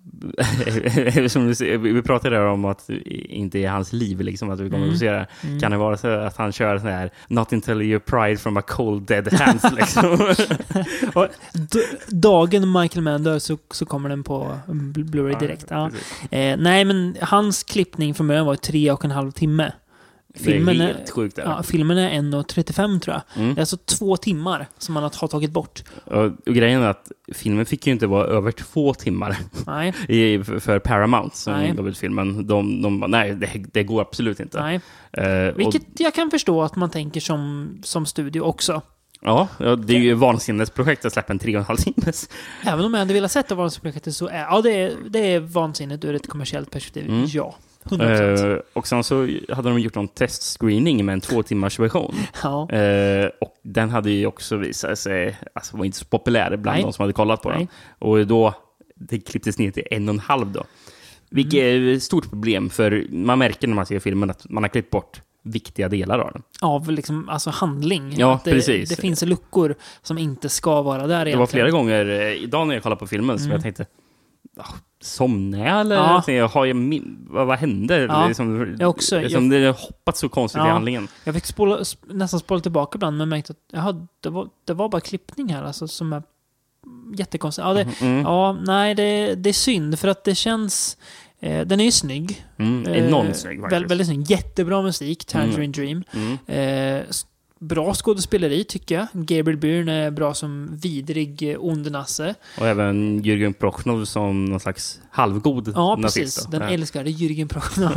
som du ser, vi pratade där om att det inte är hans liv liksom, att vi kommer Mm. att se det. Mm. Kan det vara så att han kör sån här not until you pride from a cold dead hands liksom? Och d- dagen Michael Mann dör så, så kommer den på Blu- Blu-ray direkt. Ja. precis. Eh, nej, men hans klippning från början var tre och en halv timme. Filmen det är är, helt sjukt. Där. ja, filmen är en och trettiofem, tror jag. Mm. Det är alltså två timmar som man har tagit bort. Och, och grejen är att filmen fick ju inte vara över två timmar Nej, i, för, för Paramount som Nej. gav ut filmen. De, de bara, nej, det, det går absolut inte. nej. Eh, Vilket och, jag kan förstå att man tänker som, som studio också. ja, ja, det är ju vansinnesprojekt att släppa en tre och en halv timmes. Även om jag hade velat sätta Varningsprojektet så är ja, det är, det är vansinnigt ur ett kommersiellt perspektiv. Mm. Ja, hundra procent. Eh, och sen så hade de gjort någon testscreening med en två timmars version. Ja. Eh, och den hade ju också visat sig, alltså var inte så populär bland Nej. de som hade kollat på Nej. den. Och då, det klipptes ner till en och en halv då. Vilket Mm. är ett stort problem, för man märker när man ser filmen att man har klippt bort viktiga delar av den. Av liksom, alltså handling. Ja, Att det, precis. Det finns luckor som inte ska vara där Det var egentligen. flera gånger eh, idag när jag kollade på filmen som Mm. jag tänkte, oh, somnade jag eller? Ja. Jag har jag min, vad, vad hände? Ja, Det är som, jag också. Det, är som, det har hoppat så konstigt Ja. i handlingen. Jag fick spola, sp- nästan spola tillbaka ibland, men märkte att jaha, det, var, det var bara klippning här, alltså, som är jättekonstigt. Ja, det, Mm. ja nej, det, det är synd, för att det känns... Eh, den är ju snygg. Mm. Eh, Enormt snygg faktiskt. Väldigt, väldigt snygg. Jättebra musik, Tangerine Dream. Mm. Eh, s- bra skådespeleri, tycker jag. Gabriel Byrne är bra som vidrig eh, ond nasse. Och även Jürgen Prochnov som någon slags halvgod Ja, nazist. precis. då. Den Ja. älskade Jürgen Prochnov.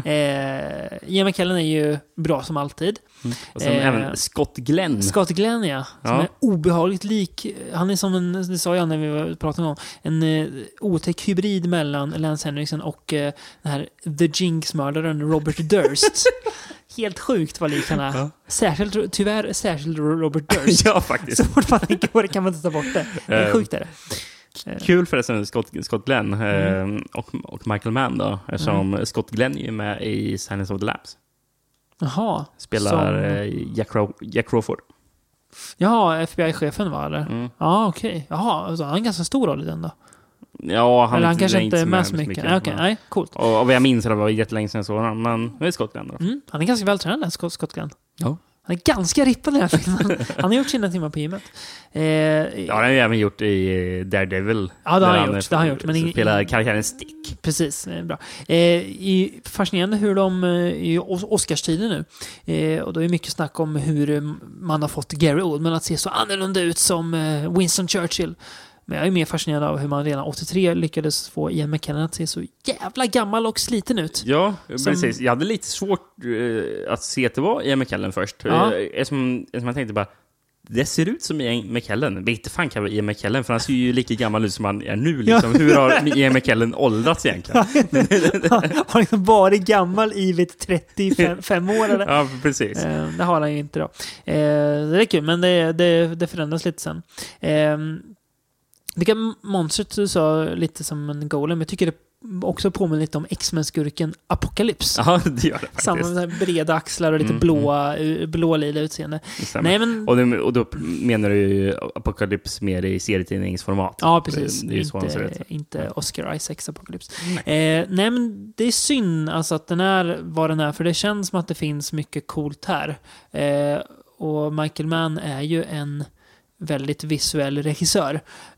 eh, Ian McKellen är ju bra som alltid. Och sen Eh, även Scott Glenn. Scott Glenn, ja. Som Ja. är obehagligt lik. Han är som en, det sa jag när vi var- pratade om, en eh, otäck hybrid mellan Lance Henriksen och eh, den här The Jinx-mördaren Robert Durst. Helt sjukt vad lik han är. Ja. Särskilt, tyvärr särskilt Robert Durst. Ja, faktiskt. Så fort man tänker på det kan man inte ta bort det. Det är Eh, sjukt är det. Eh, Kul förresten, Scott, Scott Glenn Mm. eh, och, och Michael Mann då, eftersom Scott Glenn är ju med i Silence of the Lambs. Jaha. Spelar Som- eh, Jack, Craw- Jack Crawford. Jaha, F B I-chefen var eller? Mm. Ja, okej. Jaha, alltså, han har en ganska stor roll i den då. Ja, han, eller han kanske är inte är med så med mycket. Nej, okej, men- nej, coolt. Och, och vad jag minns, det var jättelänge sedan jag såg honom, men det är Scott Glenn då. Mm, han är ganska vältränad, Scott, Scott Glenn. Ja. Han är ganska rippad i den här filmen. Han har gjort sina timmar på gymmet. Eh, Ja, han har ju även gjort i eh, Daredevil. Ja, det har där han gjort, det har han gjort, men ing- spelar karaktären Stick. Precis, eh, bra. Eh, i, fascinerande hur de, eh, i Os- Oscarstiden nu, eh, och då är mycket snack om hur eh, man har fått Gary Oldman att se så annorlunda ut som eh, Winston Churchill. Men jag är mer fascinerad av hur man redan åttiotre lyckades få Ian McKellen att se så jävla gammal och sliten ut. Ja, Som- precis. Jag hade lite svårt eh, att se att det var Ian McKellen först. Ja. Eh, Eftersom, eftersom jag tänkte bara, det ser ut som Ian McKellen. Det inte fan kan vara Ian McKellen, för han ser ju lika gammal ut som han är nu. Liksom. Hur har Ian McKellen åldrats egentligen? Han har liksom varit gammal i vid trettiofem år eller? Ja, precis. Eh, det har han ju inte då. Eh, det är kul, men det, det, det förändras lite sen. Eh, vilka monstret du sa lite som en golem. Jag tycker det också påminner lite om X-Men-skurken Apocalypse. Ja, det gör det faktiskt. Samma med breda axlar och lite Mm, blåa, blålila utseende. Nej, men... och, det, och då menar du ju Apocalypse mer i serietidningsformat. Ja, precis. Det är ju så inte, inte Oscar Isaacs Apocalypse. Nej. Eh, nej, men det är synd alltså att den är vad den är, för det känns som att det finns mycket coolt här. Eh, och Michael Mann är ju en väldigt visuell regissör.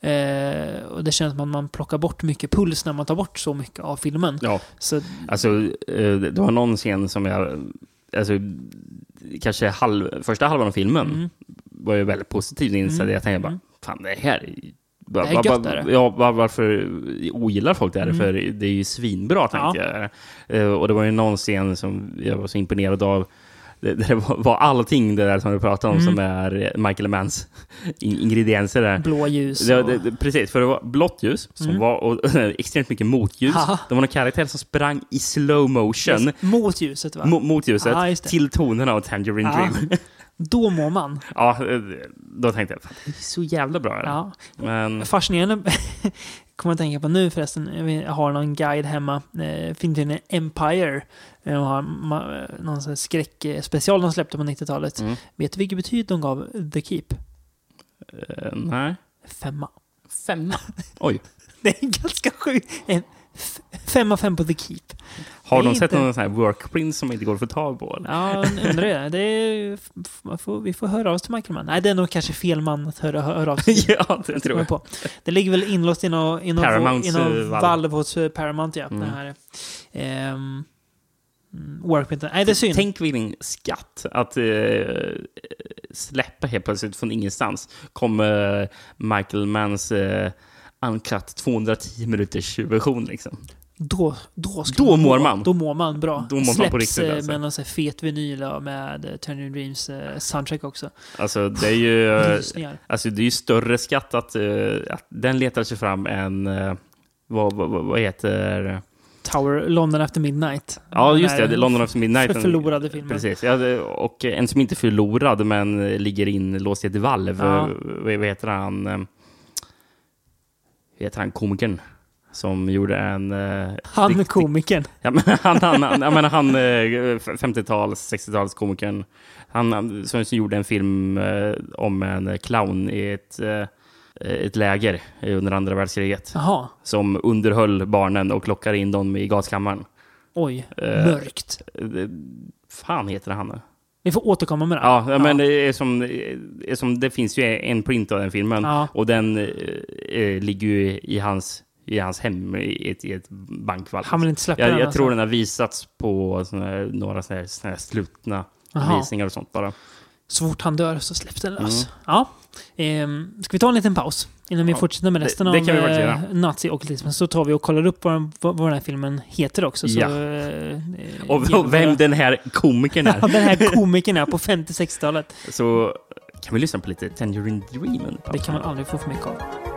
Eh, och det känns som att man plockar bort mycket puls när man tar bort så mycket av filmen. Ja, så... alltså eh, det var någon scen som jag alltså, kanske halv, första halvan av filmen mm. var ju väldigt positivt inställd. Mm. Jag tänkte bara, fan det här det är gött, var, är det. Ja, var, varför ogillar folk det här? Mm. För det är ju svinbra, tänkte ja. jag. Eh, och det var ju någon scen som jag var så imponerad av. Det, det var allting det där som du pratade om mm. som är Michael Manns ingredienser där. Blå ljus. Och... Det, det, precis, för det var blått ljus som mm. var och, extremt mycket motljus. Aha. Det var någon karaktär som sprang i slow motion. Yes. Mot ljuset, va? Mo- mot ljuset ah, till tonerna av Tangerine ah. Dream. Då mår man. Ja, då tänkte jag, det är så jävla bra. Ja. Men... Fascinerande. Kommer jag tänka på nu förresten. Jag har någon guide hemma. Eh, filmen Empire. De har ma- någon sån här skräckspecial de släppte på nittiotalet. Mm. Vet du vilket betyg de gav The Keep? Uh, nej. Femma. Femma? Oj. Det är ganska sjukt. F- femma fem på The Keep. Har de sett inte... någon sån här workprint som inte går att få tag på? Eller? Ja, undrar det. det är, man får, vi får höra av oss till Michael Mann. Nej, det är nog kanske fel man att höra, höra av sig. Ja, det tror jag. På. Det ligger väl inlåst i någon, i någon, Paramount, i någon valv. valv hos Paramount, ja. Mm. Det här um, workprinten. Nej, det är synd. Tänk vilken skatt att uh, släppa helt plötsligt från ingenstans. Kommer uh, Michael Manns uh, uncut tvåhundratio minuters version liksom. Då, då, då mår man. Då mår man bra. Då mår man släpps på riktigt, alltså. Med någon så här fet vinyl och med uh, Turning Dreams uh, soundtrack också. Alltså det är ju alltså det är ju större skatt att, uh, att den letar sig fram än uh, vad, vad, vad heter Tower London After Midnight. Ja, just det. London After Midnight. För förlorade filmer. Precis. Ja, och en som inte förlorad men ligger in låst i ett valv. Ja. Vad heter han? Vad heter han? Komikern som gjorde en... Han stick, komikern. Ja, men han, han, han, jag menar, han femtio-tals, sextio-tals komikern. Han som gjorde en film om en clown i ett... ett läger under andra världskriget. Aha. Som underhöll barnen och lockade in dem i gaskammaren. Oj, mörkt. Eh, fan heter han nu? Vi får återkomma med det. Ja, ja. Men det är som, är som det finns ju en print av den filmen. Ja. Och den eh, ligger ju i hans, i hans hem i ett, i ett bankvalv. Han vill inte släppa jag, den. Jag alltså. tror den har visats på såna här, några såna här, såna här slutna Aha. visningar och sånt bara. Så fort han dör så släpps den lös. Mm. Ja. Ehm, ska vi ta en liten paus innan vi ja. fortsätter med resten det, det av eh, nazi-ockultismen, så tar vi och kollar upp vad, vad, vad den här filmen heter också. Så, ja. eh, och, och vem den här komikern är. Ja, den här komikern är på femtio-sextiotalet. Så kan vi lyssna på lite Tangerine Dream? Det kan man aldrig få för mycket av.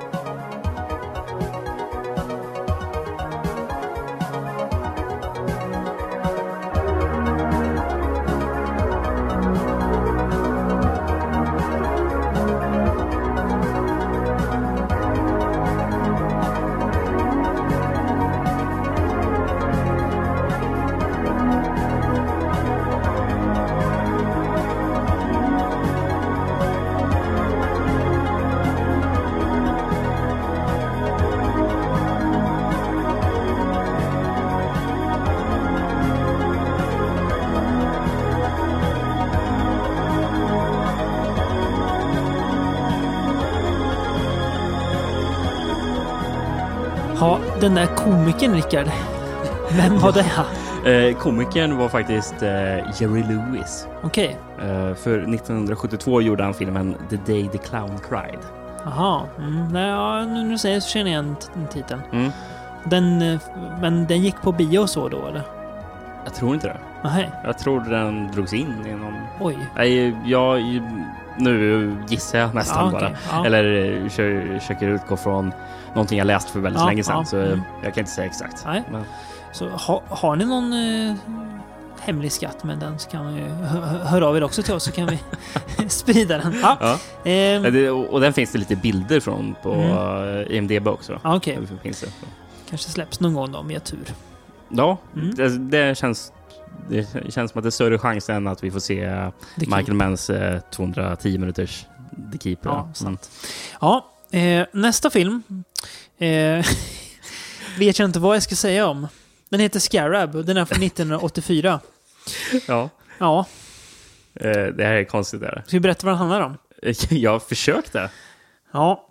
Ja, den där komikern, Rickard. Vem var det? Eh, komikern var faktiskt eh, Jerry Lewis. Okej. Okay. Eh, för nittonhundrasjuttiotvå gjorde han filmen The Day the Clown Cried. Jaha. Mm, nej, ja, nu när du säger så känner jag igen t- titeln. Mm. Den, men den gick på bio så då, eller? Jag tror inte det. Nej. Jag tror den drogs in i någon... Oj. Nej, jag... Nu gissar jag nästan ja, okay. bara. Ja. Eller försöker utgå från någonting jag läst för väldigt ja, länge sedan. Ja. Så mm. jag kan inte säga exakt. Nej. Men. Så ha, har ni någon eh, hemlig skatt med den, så kan vi hö- höra av er också till oss, så kan vi sprida den. Ja. Ja. Eh. Det, och, och den finns det lite bilder från på mm. I M D B också. Ja, okej. Okay. Finns det. kanske släpps någon gång då om jag har tur. Ja, Mm. det, det känns det känns som att det är större chans än att vi får se Michael Manns eh, tvåhundratio minuters The Keeper. Ja, sant. Ja, eh, nästa film eh, vet jag inte vad jag ska säga om. Den heter Scarab. Den är från nittonhundraåttiofyra. Ja. Ja. Eh, det här är konstigt där. Ska vi berätta vad den handlar om? Jag försökte. Ja.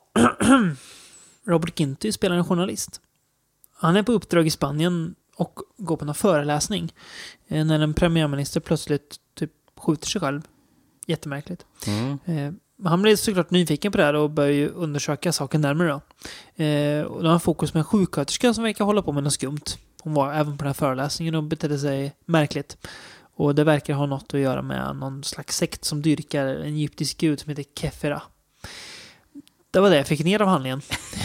Robert Ginty spelar en journalist. Han är på uppdrag i Spanien och går på en föreläsning eh, när en premiärminister plötsligt typ skjuter sig själv. Jättemärkligt. Mm. Eh, han blir såklart nyfiken på det här och börjar ju undersöka saken närmare då. Eh, och då har han fokus med en sjuksköterska som verkar hålla på med något skumt. Hon var även på den här föreläsningen och betedde sig märkligt. Och det verkar ha något att göra med någon slags sekt som dyrkar en egyptisk gud som heter Kefera. Det var det jag fick ner av handlingen.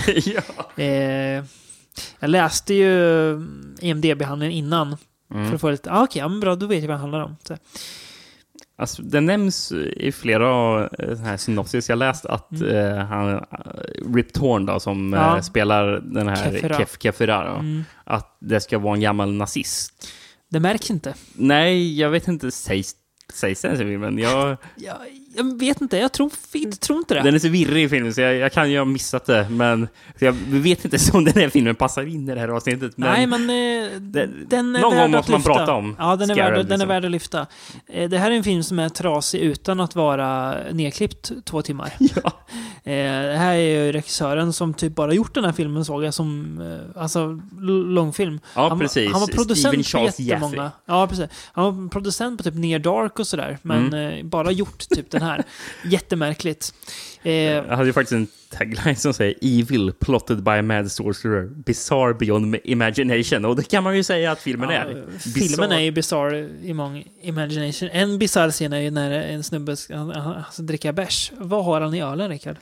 Ja. Eh, jag läste ju I M D B-handlingen innan. Mm. För att få lite, ah, okej, okay, ja, men bra, då vet jag vad det handlar om. Så. Alltså, det nämns i flera av den här synopsis jag läst att mm. eh, han, uh, Rip Torn då, som ja. eh, spelar den här Kefera, Kef, Kefera då, mm. att det ska vara en gammal nazist. Det märks inte. Nej, jag vet inte, sägs sägs det i filmen. Jag... jag, jag vet inte, jag tror, jag tror inte det. Den är så virrig i filmen så jag, jag kan ju ha missat det, men jag vet inte om den här filmen passar in i det här avsnittet. Men nej, men eh, den, den är någon värd gång måste att man lyfta. prata om. Ja, den är, Scarab, värd, liksom. den är värd att lyfta. Eh, det här är en film som är trasig utan att vara nedklippt två timmar. Ja. Eh, det här är ju regissören som typ bara gjort den här filmen, såg jag, som eh, alltså långfilm. Ja, han, precis. Han var producent Steven på Charles jättemånga. Jaffe. Ja, precis. Han var producent på typ Near Dark och sådär, men Mm. eh, bara gjort typ den här. Jättemärkligt. Eh, Jag hade ju faktiskt en tagline som säger Evil, plotted by a mad sorcerer, bizarre beyond imagination. Och det kan man ju säga att filmen ja, är. Filmen är ju bizarre i många imagination. En bizarr scen är ju när en snubbe ska, han, han ska dricka bärs. Vad har han i ölen, Rickard?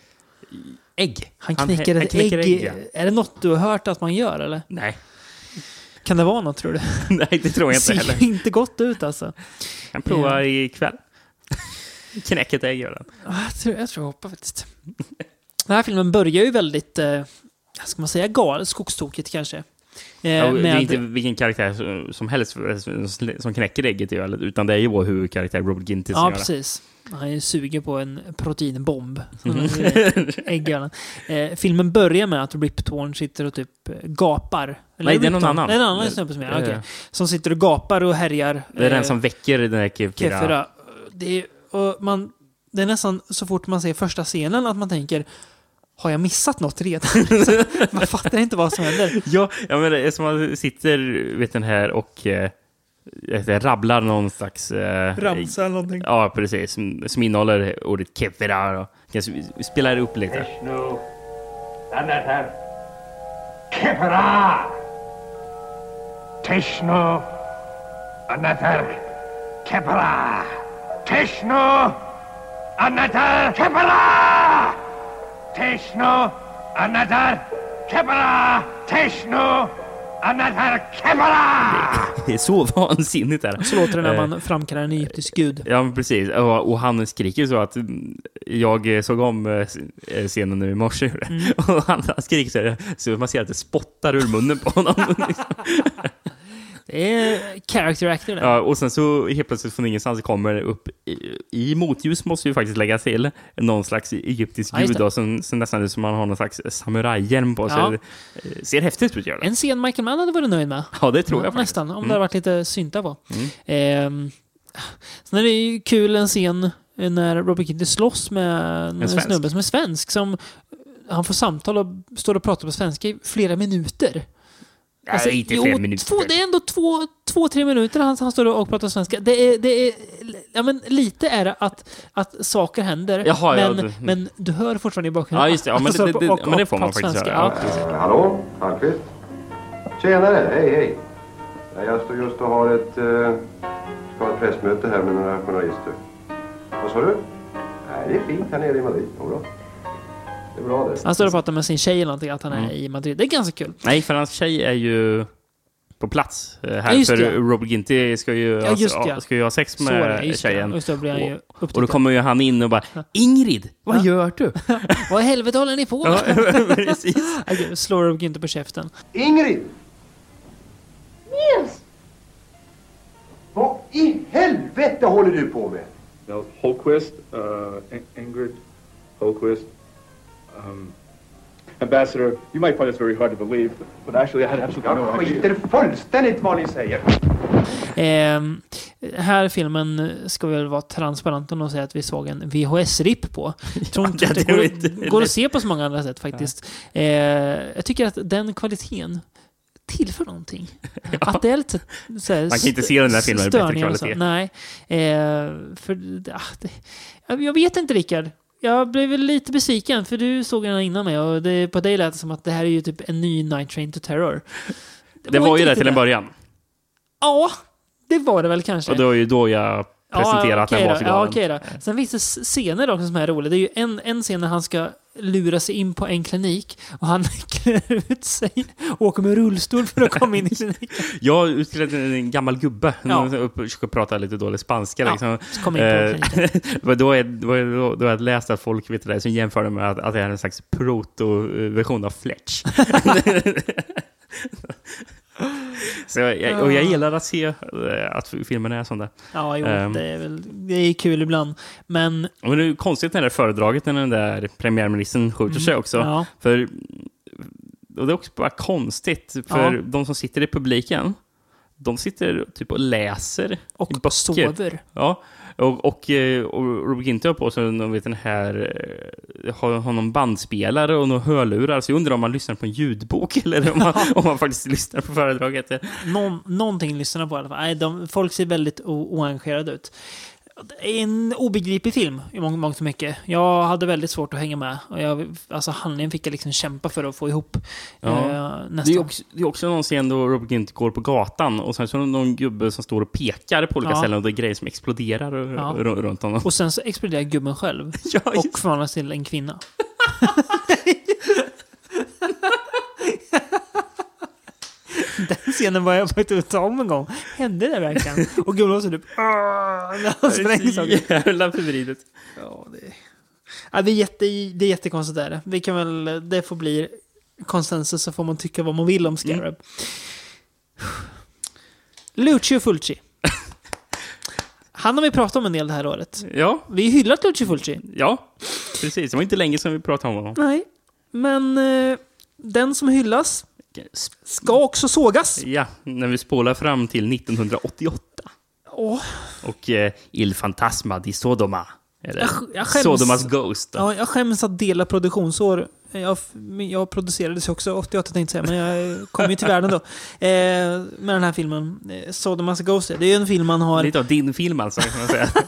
Ägg. Han knäcker han, ett han knäcker ägg. ägg ja. Är det något du har hört att man gör, eller? Nej. Kan det vara något, tror du? Nej, det tror jag inte Det heller. ser inte gott ut, alltså. Jag provar Ja. ikväll. Knäck ett ägg gör den. Jag tror jag, tror jag hoppar faktiskt. Den här filmen börjar ju väldigt, eh, ska man säga, galet, skogstokigt kanske. Eh, Ja, det är med, inte vilken karaktär som helst som knäcker ägget, utan det är ju vår huvudkaraktär Robert Ginty som ja, gör det. precis. Han är sugen på en proteinbomb. Äggarna. Eh, filmen börjar med att Rip Torn sitter och typ gapar. Eller Nej, det är Rip någon Torn? annan. Det är en annan snubbe som gör det. Ja. Okej. Som sitter och gapar och härjar. Det är den eh, som väcker den där Kefira. Kefira. Det är, och man, det är nästan så fort man ser första scenen att man tänker, har jag missat något redan? Man fattar inte vad som händer. Ja, jag menar, det är som att man sitter, vet den här, och eh, rabblar någon slags... Eh, Ramsa eller någonting. Ja, precis. Som, som innehåller ordet Kefira. Och kanske vi spelar upp lite. Tishnu, Anatar, Kefira. Tishnu, Anatar, Kefira. Tishnu, Anatar, Kefira. Tishnu, Anatar, Kefira. Tishnu, Anatar, Kefira. Det är så vansinnigt där. Så låter det när man framkallar en egyptisk gud. Ja, men precis. Och, och han skriker så att jag såg om eh, scenen nu i morse. Mm. Och han, han skriker så här, så man ser att det spottar ur munnen på honom. Det är character actor där. Ja, och sen så helt plötsligt från ingenstans kommer det upp i, i motljus, måste ju faktiskt lägga till någon slags egyptisk Ja, gud då, som, som nästan ut som man har någon slags samurajhjälm på sig. Ja. Det ser häftigt ut, gör det. En scen Michael Mann hade varit nöjd med. Ja, det tror jag faktiskt. Nästan, om Mm. det hade varit lite synta på. Mm. Ehm, sen är det ju kul en scen när Robert Ginty slåss med en, en svensk. snubbe som är svensk. Som, han får samtal och står och pratar på svenska i flera minuter. Alltså, inte jo, fem minuter. Två, det är ändå två, två tre minuter han, han står och pratar svenska. Det är, det är, ja, men lite är det att, att saker händer, Jaha, men, ja, du- men du hör fortfarande i bakgrunden. Ja, just det. Ja, att men han står det, det, och- det, men det och får man pratar faktiskt svenska. göra. Ja. Ja. Hallå, Almqvist? Tjenare, hej hej. Ja, jag står just och har ett, eh, ska ha ett pressmöte här med några journalister. Vad sa du? Nej, det är fint här nere i Madrid. Ja, bra. Det är bra det. Han står och pratar med sin tjej eller någonting, att han är Mm. i Madrid. Det är ganska kul. Nej, för hans tjej är ju på plats eh, här. Ja, just för det. Robert Ginty ska ju, Ja, just ha, det. ska ju ha sex Så är med det, just det. tjejen. Just det, blir han ju och, upptäckt. och då kommer ju han in och bara Ingrid, vad Ja. gör du? Vad i helvete håller ni på med? Ja, precis. Okej, slår Robert Ginty på käften. Ingrid! Nils! Vad i helvete håller du på med? No, Holquist, uh, In- Ingrid Holquist. Um, Ambassador, you might find this very hard to believe, but actually I had absolutely no Jag idea. skiter fullständigt vad ni säger. Eh, här filmen ska vi väl vara transparenta och säga att vi såg en V H S-ripp på. Jag tror inte Ja, att det det går, är inte- går att se på så många andra sätt faktiskt. Eh, jag tycker att den kvaliteten tillför någonting. Att det är lite så här, Man kan inte se den där filmen i bättre störningar och så. kvalitet. Nej. Eh, för ah, det, jag vet inte, Rickard. Jag blev väl lite besviken för du såg den innan mig och det, på dig lät det som att det här är ju typ en ny Night Train to Terror. Det var ju inte det riktigt till en början. Ja, det var det väl kanske. Och det var ju då jag presenterade ja, att den okej var då. så Ja, galen. okej då. Sen finns det scener också som är roliga. Det är ju en, en scen när han ska lura sig in på en klinik och han klär ut sig och åker med rullstol för att komma in i kliniken. Jag utklädde en gammal gubbe Ja. ja. och ska prata lite dålig spanska. Ja, liksom. så kom in på Eh, kliniken. det var då jag, det var då, då jag läste att folk vet det, som jämförde med att, att det är en slags proto-version av Fletch. Så jag, och jag gillar att se eh, att filmen är sån där. Ja, jo, Um, det är väl det är kul ibland. Men Och det är konstigt när det är föredraget när den där premiärministern skjuter sig också. ja. För, och det är också bara konstigt. För Ja. de som sitter i publiken, de sitter typ och läser och i böcker. sover. Ja, och, och, eh, och Robert Ginty har på sig någon, vet, den här, eh, har, har någon bandspelare och några hörlurar. Så jag undrar om man lyssnar på en ljudbok eller om man, om man faktiskt lyssnar på föredraget. Någon, någonting lyssnar på i alla fall. Nej, de, folk ser väldigt o- oengagerade ut. Det är en obegriplig film i mångt mångt och mycket. Jag hade väldigt svårt att hänga med. Och jag, alltså handlingen fick jag liksom kämpa för att få ihop. Ja. Eh, nästan. Det är, också, det är också någon scen då Robert Ginty går på gatan och sen så är det någon gubbe som står och pekar på olika Ja. ställen och det är grejer som exploderar Ja. r- runt honom. Och sen så exploderar gubben själv. Ja, just- och förvandlas till en kvinna. Den scenen var jag på att ta om en gång. Hände det verkligen? Och gubben var så typ... När han sprängs så också. jävla förvridet. Ja, det är... Ja, det är, jätte, det är jättekonstigt där. Vi kan väl... Det får bli konsensus så får man tycka vad man vill om Scarab. Mm. Lucio Fulci. Han har vi pratat om en del det här året. Ja, Vi har hyllat Lucio Fulci. ja, precis. Det var inte länge sedan vi pratade om honom. Nej, men eh, den som hyllas ska också sågas. Ja, när vi spolar fram till nittonhundraåttioåtta. Åh, Och eh, Il Fantasma di Sodoma. Eller Jag sk- jag skäms. Sodomas Ghost. Då. ja, jag skäms att dela produktionsår. Jag, jag producerades också åttioåtta tänkte jag säga, men jag kom ju till världen då. Eh, med den här filmen, eh, Sodomas Ghost. Det är ju en film man har... Lite av din film alltså, kan man säga.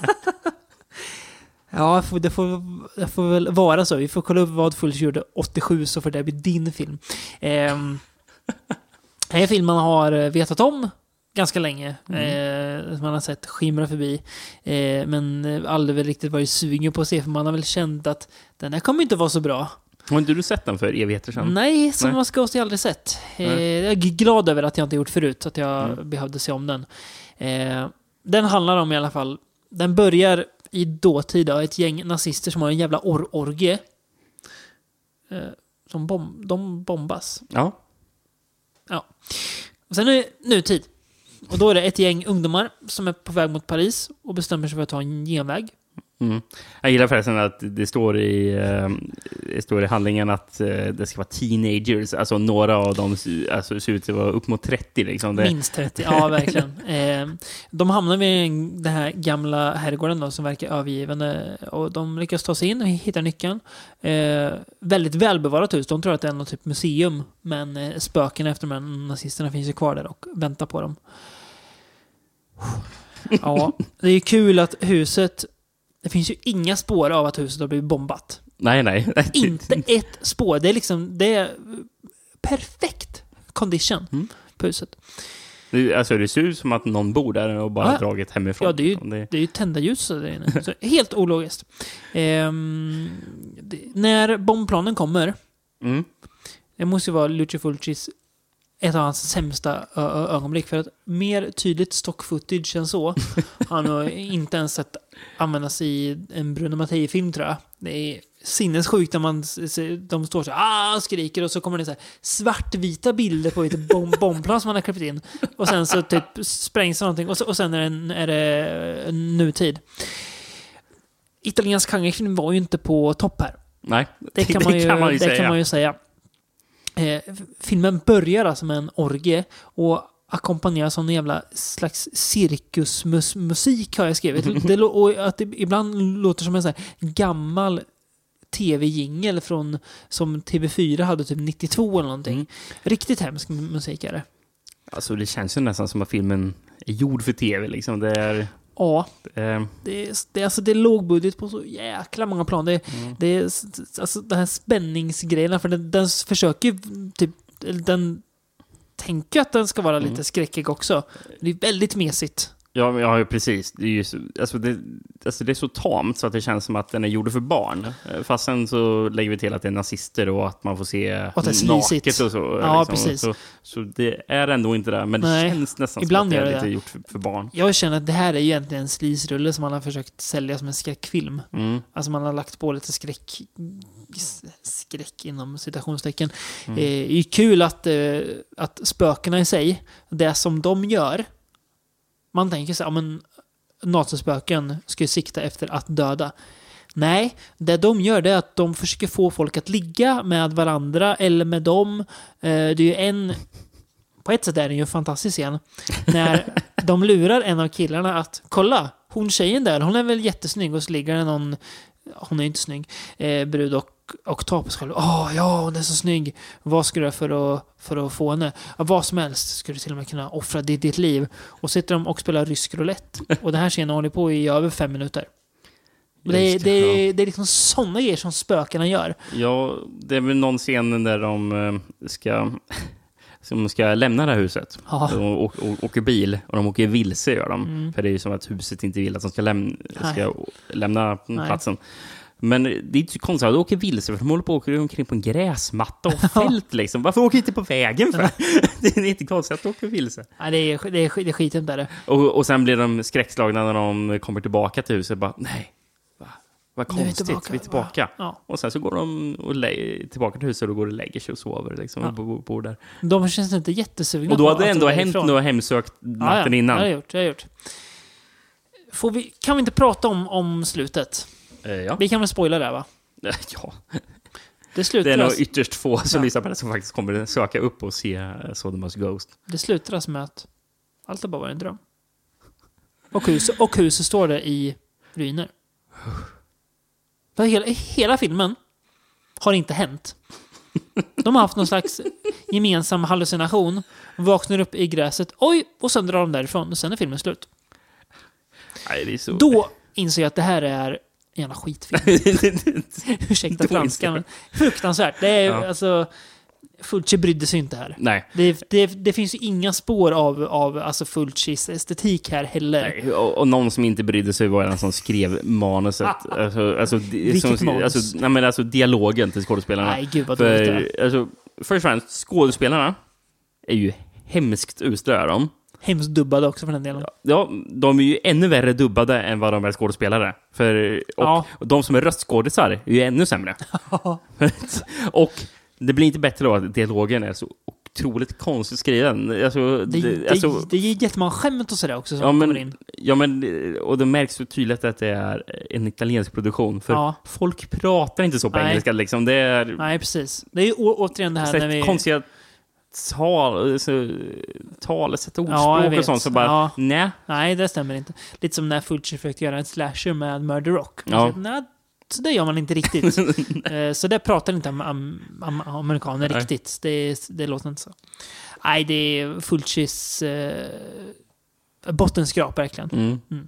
Ja, det får, det får väl vara så. Vi får kolla upp vad Fulci gjorde åttiosju så får det bli din film. Eh, det är en film man har vetat om ganska länge. Mm. Eh, man har sett skimra förbi. Eh, men aldrig väl riktigt varit sugen på att se, för man har väl känt att den här kommer inte vara så bra. Har inte du sett den för evigheter sedan? Nej, som Nej. man ska har jag aldrig sett. Eh, jag är glad över att jag inte gjort förut, så att jag mm. behövde se om den. Eh, den handlar om i alla fall, den börjar i dåtid då, ett gäng nazister som har en jävla or- orgie. Eh, som bom- de bombas. Ja. Ja. Och sen är det nutid. Och då är det ett gäng ungdomar som är på väg mot Paris och bestämmer sig för att ta en genväg. Mm. Jag gillar förresten att det står i, eh, det står i handlingen att eh, det ska vara teenagers. Alltså några av dem alltså, ser ut att vara upp mot trettio. Liksom. Det... Minst trettio, ja verkligen. Eh, de hamnar vid den här gamla herrgården då, som verkar övergivande. Och de lyckas ta sig in och hitta nyckeln. Eh, väldigt välbevarat hus. De tror att det är något typ museum. Men eh, spöken efter de här nazisterna finns ju kvar där och väntar på dem. Ja, det är ju kul att huset... Det finns ju inga spår av att huset har blivit bombat. Nej, nej. Inte ett spår. Det är liksom... Det är perfekt condition mm. på huset. Det, alltså det ser ut som att någon bor där och bara ja. dragit hemifrån. Ja, det är ju, det... Det är ju tända ljus där inne. Så helt ologiskt. Ehm, det, när bombplanen kommer... Mm. Det måste ju vara Lucio Fulcis ett av hans sämsta ö- ö- ögonblick. För att mer tydligt stock footage än så han har inte ens sett användas i en Bruno Mattei-film, tror jag. Det är sinnessjukt när man de står så ah, skriker och så kommer det så här svartvita bilder på ett bomb- bombplan som man har klippt in. Och sen så typ sprängs någonting och, så, och sen är det, en, är det en nutid. Italiensk genrefilm var ju inte på topp här. Nej, det kan man ju, det kan man ju det säga. Kan man ju säga. Eh, filmen börjar alltså med en orgie och ackompanjeras av en jävla slags cirkusmusik har jag skrivit. Det, och att det ibland låter som en sån här gammal tv-jingel från som T V fyra hade typ nittiotvå eller någonting. Mm. Riktigt hemsk musik är det. Alltså det känns ju nästan som att filmen är gjord för tv liksom. Det är ja. Eh. Det är, det är alltså det är lågbudget på så jäkla många plan. Det, mm. det är alltså den här spänningsgrejerna för den, den försöker ju typ den tänker att den ska vara lite mm. skräckig också. Det är väldigt mesigt. Ja, ja precis. Det är ju så, alltså det, alltså det är så tamt så att det känns som att den är gjord för barn. Fast sen så lägger vi till att det är nazister och att man får se och det naket och så. Ja, liksom. precis. Så, så det är ändå inte det. Men Nej, det känns nästan ibland som att det är det lite det. gjort för, för barn. Jag känner att det här är ju egentligen en slisrulle som man har försökt sälja som en skräckfilm. Mm. Alltså man har lagt på lite skräck skräck inom citationstecken. Mm. Eh, det är ju kul att, eh, att spökena i sig, det som de gör, man tänker så här, men nazispöken ska ju sikta efter att döda. Nej, det de gör det är att de försöker få folk att ligga med varandra eller med dem. Eh, det är ju en på ett sätt är det ju en fantastisk scen när de lurar en av killarna att kolla, hon tjejen där, hon är väl jättesnygg och så ligger det någon, hon är inte snygg, eh, brud och och ta på sig själv. Åh, ja, hon är så snygg. Vad ska du göra för att, för att få henne? Ja, vad som helst skulle du till och med kunna offra ditt, ditt liv. Och sitter de och spelar rysk roulette. Och den här scenen håller på i över fem minuter. Det är, det, är, ja. det är liksom sådana grejer som spökarna gör. Ja, det är väl någon scen där de ska... som ska lämna det här huset. Ja. De åker, å, åker bil och de åker vilse gör de. Mm. För det är ju som att huset inte vill att de ska, läm ska lämna Nej. platsen. Men det är inte så konstigt att de åker vilse för de håller på att åka omkring på en gräsmatta och fält liksom. Varför åker inte på vägen för? Det är inte konstigt att de åker vilse. Nej, det är, det är, det är skiten där. Och, och sen blir de skräckslagna när de kommer tillbaka till huset. Bara, nej, va? Vad konstigt, vi är tillbaka. Vi är tillbaka. Ja. Och sen så går de och lä- tillbaka till huset och går och lägger sig och sover liksom, ja. och bor, bor där. De känns inte jättesugna. Och då hade det ändå hänt något hemsökt natten ja, ja. innan. Ja, det har jag gjort. Det har jag gjort. Får vi, kan vi inte prata om, om slutet? Eh, ja. Vi kan väl spoila det, va? Ja. Det, slutar det är nog alltså, ytterst få som ja. lyssnar på det som faktiskt kommer söka upp och se Sodomas Ghost. Det slutar alltså med att allt har bara varit en dröm. Och huset, och huset står det i ruiner. Hela, hela filmen har inte hänt. De har haft någon slags gemensam hallucination. Vaknar upp i gräset. Oj! Och sen drar de därifrån. Och sen är filmen slut. Nej, det är så... Då inser jag att det här är en jävla skitfilm. Ursäkta franskan, men fruktansvärt. Det är ja. alltså... Fulci brydde sig inte här. Nej. Det, det, det finns ju inga spår av, av alltså Fulcis estetik här heller. Nej, och, och någon som inte brydde sig var den som skrev manuset. alltså, alltså, Vilket som, manus? Alltså, nej, men alltså dialogen till skådespelarna. Nej, gud vad För, dåligt det är. alltså, först och främst, skådespelarna är ju hemskt usla de. Hemskt dubbade också för den delen. Ja, de är ju ännu värre dubbade än vad de är skådespelare. För, och, ja. och de som är röstskådisar är ju ännu sämre. Och det blir inte bättre då att dialogen är så otroligt konstigt skriven. Alltså, det, det, alltså, det är jättemånga skämt och sådär också som ja, men, kommer in. Ja, men och det märks så tydligt att det är en italiensk produktion. För ja. folk pratar inte så på Nej. engelska. Liksom. Det är, Nej, precis. Det är ju å- återigen det här när vi... konstiga tal, så, talesätt, ordspråk ja, och sånt. Så bara, ja. nej. Nej, det stämmer inte. Lite som när Fulci försökte göra en slasher med Murder Rock. Ja. Nej, så det gör man inte riktigt. Så det pratar inte am- am- am- amerikaner Nej. riktigt. Det, det låter inte så. Nej, det är Fulcis eh, bottenskrap verkligen. Mm. Mm.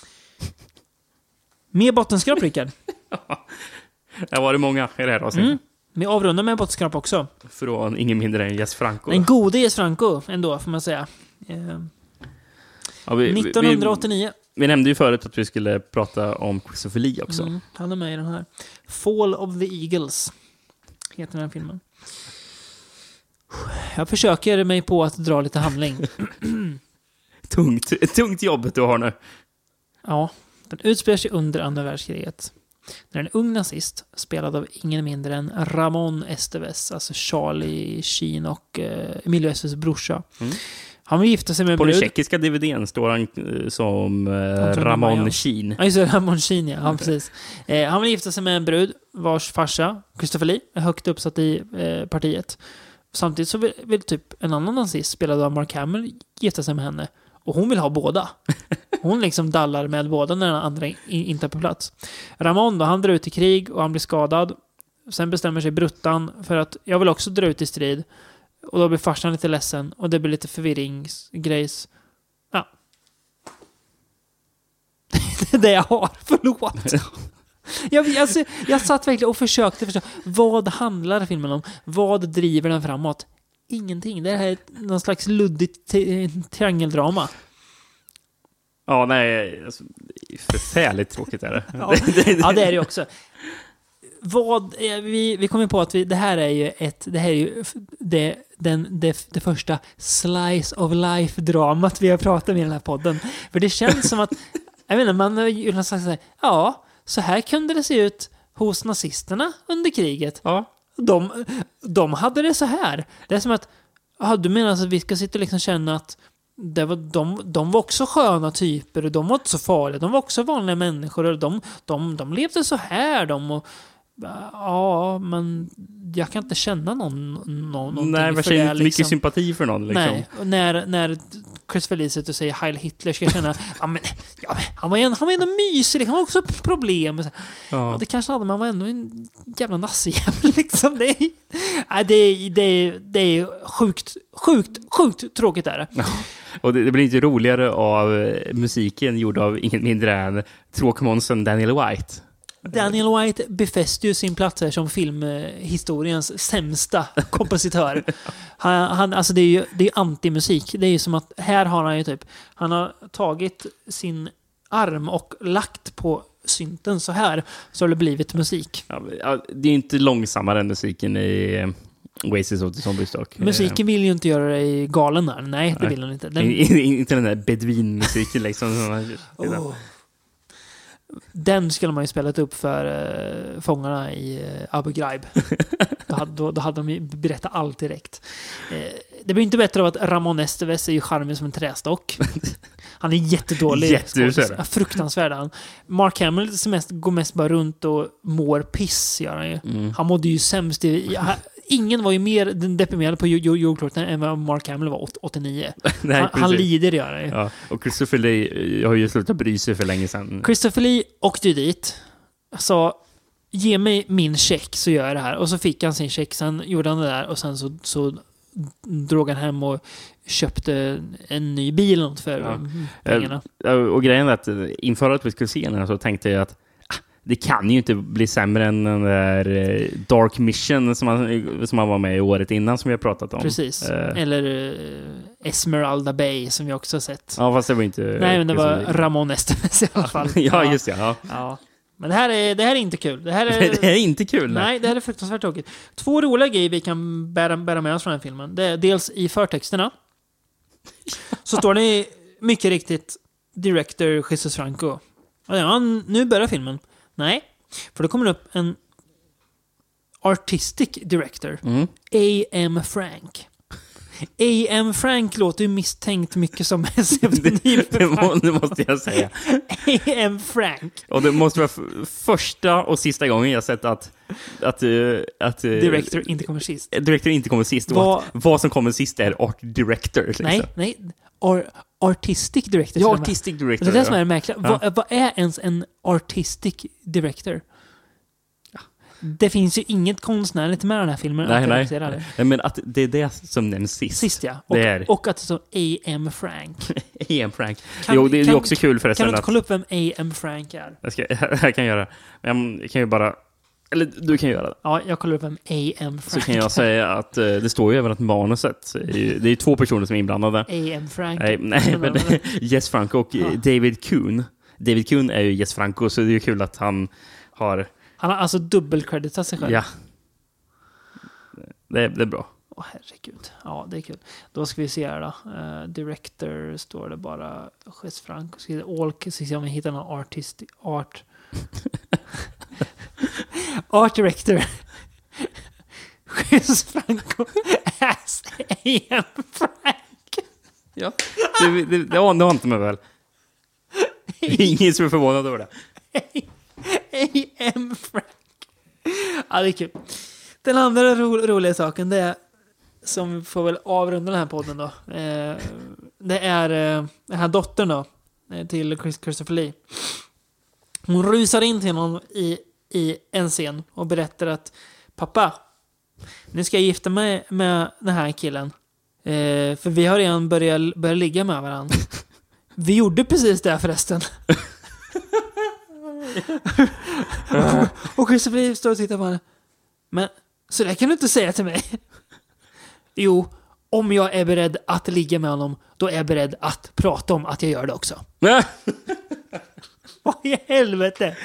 Mer bottenskrap, Rickard. Det var det många i det här avsnittet. Mm. Vi avrundar med bottenskrap också. Från ingen mindre än Jess Franco. En gode Jess Franco ändå, får man säga. Eh, ja, vi, nittonhundraåttionio. Vi, vi nämnde ju förut att vi skulle prata om Christopher Lee också. Mm, han är med i den här. Fall of the Eagles heter den här filmen. Jag försöker mig på att dra lite handling. tungt, tungt jobb du har nu. Ja, den utspelar sig under andra världskriget. När en ung nazist, spelad av ingen mindre än Ramon Estevez, alltså Charlie Sheen och uh, Emilio Estevez brorsa. Mm. Han vill gifta sig med en På brud. den tjeckiska D V D:n står han uh, som uh, Ramon Sheen. Ja, just det, Ramon Sheen, ja. ja precis. Eh, han vill gifta sig med en brud vars farsa, Christopher Lee, är högt uppsatt i eh, partiet. Samtidigt så vill, vill typ en annan nazist, spelad av Mark Hamill, gifta sig med henne. Och hon vill ha båda. Hon liksom dallar med båda när den andra inte är på plats. Ramon då, han drar ut i krig och han blir skadad. Sen bestämmer sig bruttan för att jag vill också dra ut i strid. Och då blir farsan lite ledsen och det blir lite förvirringsgrejs. Ja. Det är det jag har, förlåt. Jag, alltså, jag satt verkligen och försökte förstå. Vad handlar filmen om? Vad driver den framåt? Ingenting. Det här är någon slags luddigt t- triangeldrama. Ja, nej. Alltså, förfärligt tråkigt är det. Ja, ja, det är det också. Vad, vi, vi kommer på att vi, det här är ju ett det här är ju det, den, det, det första slice of life-dramat vi har pratat om i den här podden. För det känns som att jag menar, man har ju sagt så här, ja, så här kunde det se ut hos nazisterna under kriget. Ja. De, de hade det så här. Det är som att, ja, du menar att vi ska sitta och liksom känna att det var, de, de var också sköna typer och de var inte så farliga. De var också vanliga människor och de, de, de levde så här. De och, ja, men jag kan inte känna någon, någon nej, man känner inte liksom mycket sympati för någon. Liksom. Nej, och när, när Chris Felice säger Heil Hitler ska jag känna ja, men, ja, men, han var en, han var ändå mysig, han har också problem. Ja. Ja, det kanske hade man var ändå en jävla nazi-jävel liksom. Det är, ja, det, är, det, är, det är sjukt, sjukt, sjukt tråkigt är det. Ja. Och det, det blir inte roligare av musiken gjord av inget mindre än tråkmånsen Daniel White. Daniel White befäster ju sin plats här som filmhistoriens sämsta kompositör. Han, han, alltså det är ju det är antimusik. Det är ju som att här har han ju typ han har tagit sin arm och lagt på synten så här så har det blivit musik. Ja, det är inte långsammare än musiken i Oasis of the Zombie Stock. Musiken vill ju inte göra dig galen här. Nej, det Nej. vill han inte. Den... inte den där bedvinmusiken liksom. oh. Den skulle man ju spelat upp för uh, fångarna i uh, Abu Ghraib. då, hade, då, då hade de ju berättat allt direkt. Uh, det blir inte bättre av att Ramon Estevez är ju charmig som en trästock. Han är jättedålig. Fruktansvärd han. Mark Hamill som mest, går mest bara runt och mår piss, gör han ju. Mm. Han mådde ju sämst i... i ingen var ju mer deprimerad på jordklotet än vad Mark Hamill var åttionio. Nej, han, han lider, gör det. Ja. Och Christopher Lee har ju slutat bry sig för länge sedan. Christopher Lee åkte ju dit. Sa, ge mig min check så gör jag det här. Och så fick han sin check, sen gjorde han det där. Och sen så, så drog han hem och köpte en ny bil för ja. pengarna. Och grejen är att inför att vi skulle se den så tänkte jag att det kan ju inte bli sämre än den där Dark Mission som han, som han var med i året innan som vi har pratat om. Precis. Uh. Eller uh, Esmeralda Bay som vi också har sett. Ja, fast det var inte... Nej, men det var Ramon Estevez i alla fall. ja, just det. Ja. ja. Men det här, är, det här är inte kul. Det här är, det är inte kul. Nej. nej, det här är fruktansvärt tråkigt. Två roliga grejer vi kan bära, bära med oss från den här filmen. Det är dels i förtexterna så står det mycket riktigt Director Jesus Franco. Ja, nu börjar filmen. Nej, för då kommer det upp en Artistic Director. Mm. A M Frank. A M Frank låter ju misstänkt mycket som en pseudonym. det, det, det måste jag säga. A M Frank. Och det måste vara f- första och sista gången jag sett att, att, uh, att uh, Director inte kommer sist. Director inte kommer sist. Vad, vad som kommer sist är Art Director. Liksom. Nej, nej. Ar- artistic Director. Ja, Artistic Director. Det är det som är märkligt. Ja. Vad, vad är ens en Artistic Director? Ja. Det finns ju inget konstnärligt med den här filmen. Nej, nej. Det. nej. Men att det är det som nämns sist. Sist, ja. Och, det är... och att det står A M Frank. A M Frank. Kan, jo, det, kan, det är också kul förresten. Kan du inte att... kolla upp vem A M Frank är? Jag, ska, jag kan göra. Men jag kan ju bara... Eller du kan göra det. Ja, jag kollar upp vem A M Frank. Så kan jag säga att uh, det står ju även att manuset. Det är två personer som är inblandade. A M Frank. Nej, nej men Jess Franco och ja. David Kuhn. David Kuhn är ju Jess Franco, så det är ju kul att han har... Han har alltså dubbelkreditat sig själv. Ja. Det är, det är bra. Åh, herregud. Ja, det är kul. Då ska vi se här då. Uh, director står det bara. Jes Franco. Ska vi All, ska se om vi hittar någon artist. Art. Art director. Jes Franco. As A M Frank. Ja. Det, det, det anar inte mig väl. Ingen som är förvånad över det. A M Frank. Ja, det är kul. Den andra ro roliga saken, det är, som vi får väl avrunda den här podden då. Eh, det är eh, den här dottern då, eh, till Chris Christopher Lee. Hon rusar in till honom i, i en scen och berättar att pappa, nu ska jag gifta mig med den här killen. Eh, för vi har redan börjat, börjat ligga med varandra. Vi gjorde precis det förresten. Och Christopher Lee står och tittar på henne. Men så det kan du inte säga till mig. Jo, om jag är beredd att ligga med honom, då är jag beredd att prata om att jag gör det också. Vad i helvete?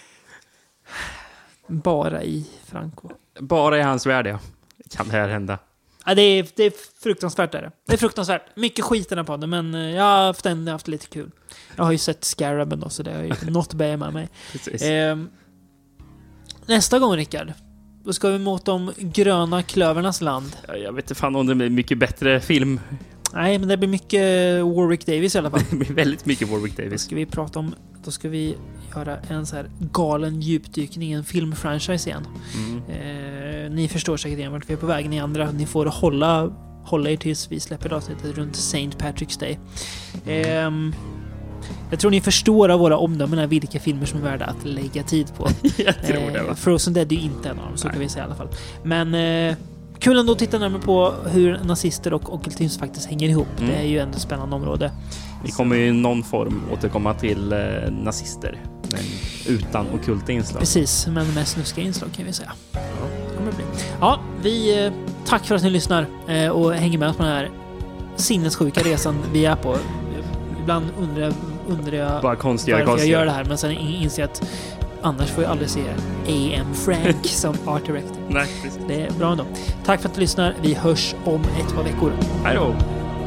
Bara i Franco. Bara i hans värld, ja. Kan det här hända? Ja, det är, det är fruktansvärt där. Det är fruktansvärt. Mycket skit i den här podden, men jag har haft, en, haft lite kul. Jag har ju sett Scarabben då, så det har ju något bär med mig. Eh, nästa gång, Rickard, då ska vi mot de gröna klövernas land. Ja, jag vet inte fan om det blir mycket bättre film. Nej, men det blir mycket Warwick Davis i alla fall. Det blir väldigt mycket Warwick Davis. Då ska vi prata om, då ska vi göra en så här galen djupdykning i en filmfranchise igen. Mm. Eh, ni förstår säkert igen vart vi är på väg. Ni andra, ni får hålla, hålla er tills vi släpper avsnittet runt Saint Patrick's Day. Eh, jag tror ni förstår av våra omdömen här vilka filmer som är värda att lägga tid på. Jag tror det, va? Frozen Dead är ju inte en av dem, så kan vi säga i alla fall. Men eh, kul ändå att titta närmare på hur nazister och ockultism faktiskt hänger ihop. Mm. Det är ju ändå ett spännande område. Vi kommer ju i någon form återkomma till eh, nazister, men utan ockulta inslag. Precis, men med snuska inslag kan vi säga. Ja, kommer det bli. Ja, vi eh, tack för att ni lyssnar eh, och hänger med oss på den här sinnessjuka resan vi är på. Ibland undrar jag, undrar jag bara konstiga, varför konstiga. jag gör det här, men sen inser jag att annars får jag aldrig se A M Frank som art director. Nej, precis. Det är bra ändå. Tack för att du lyssnar. Vi hörs om ett par veckor. Hej då!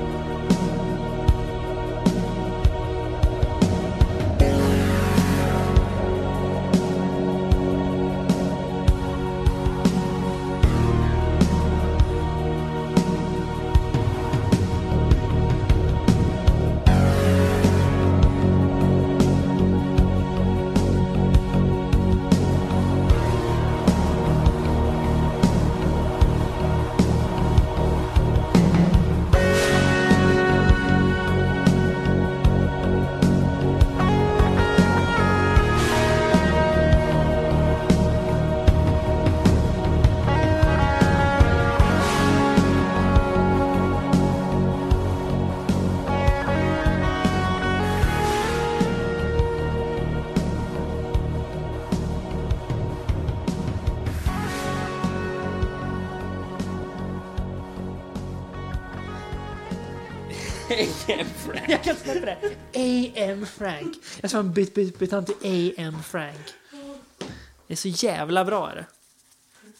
A M Frank. Jag kan släppa det. A M Frank. Jag ska byta byt, byt, byt han till A M Frank. Det är så jävla bra, är det?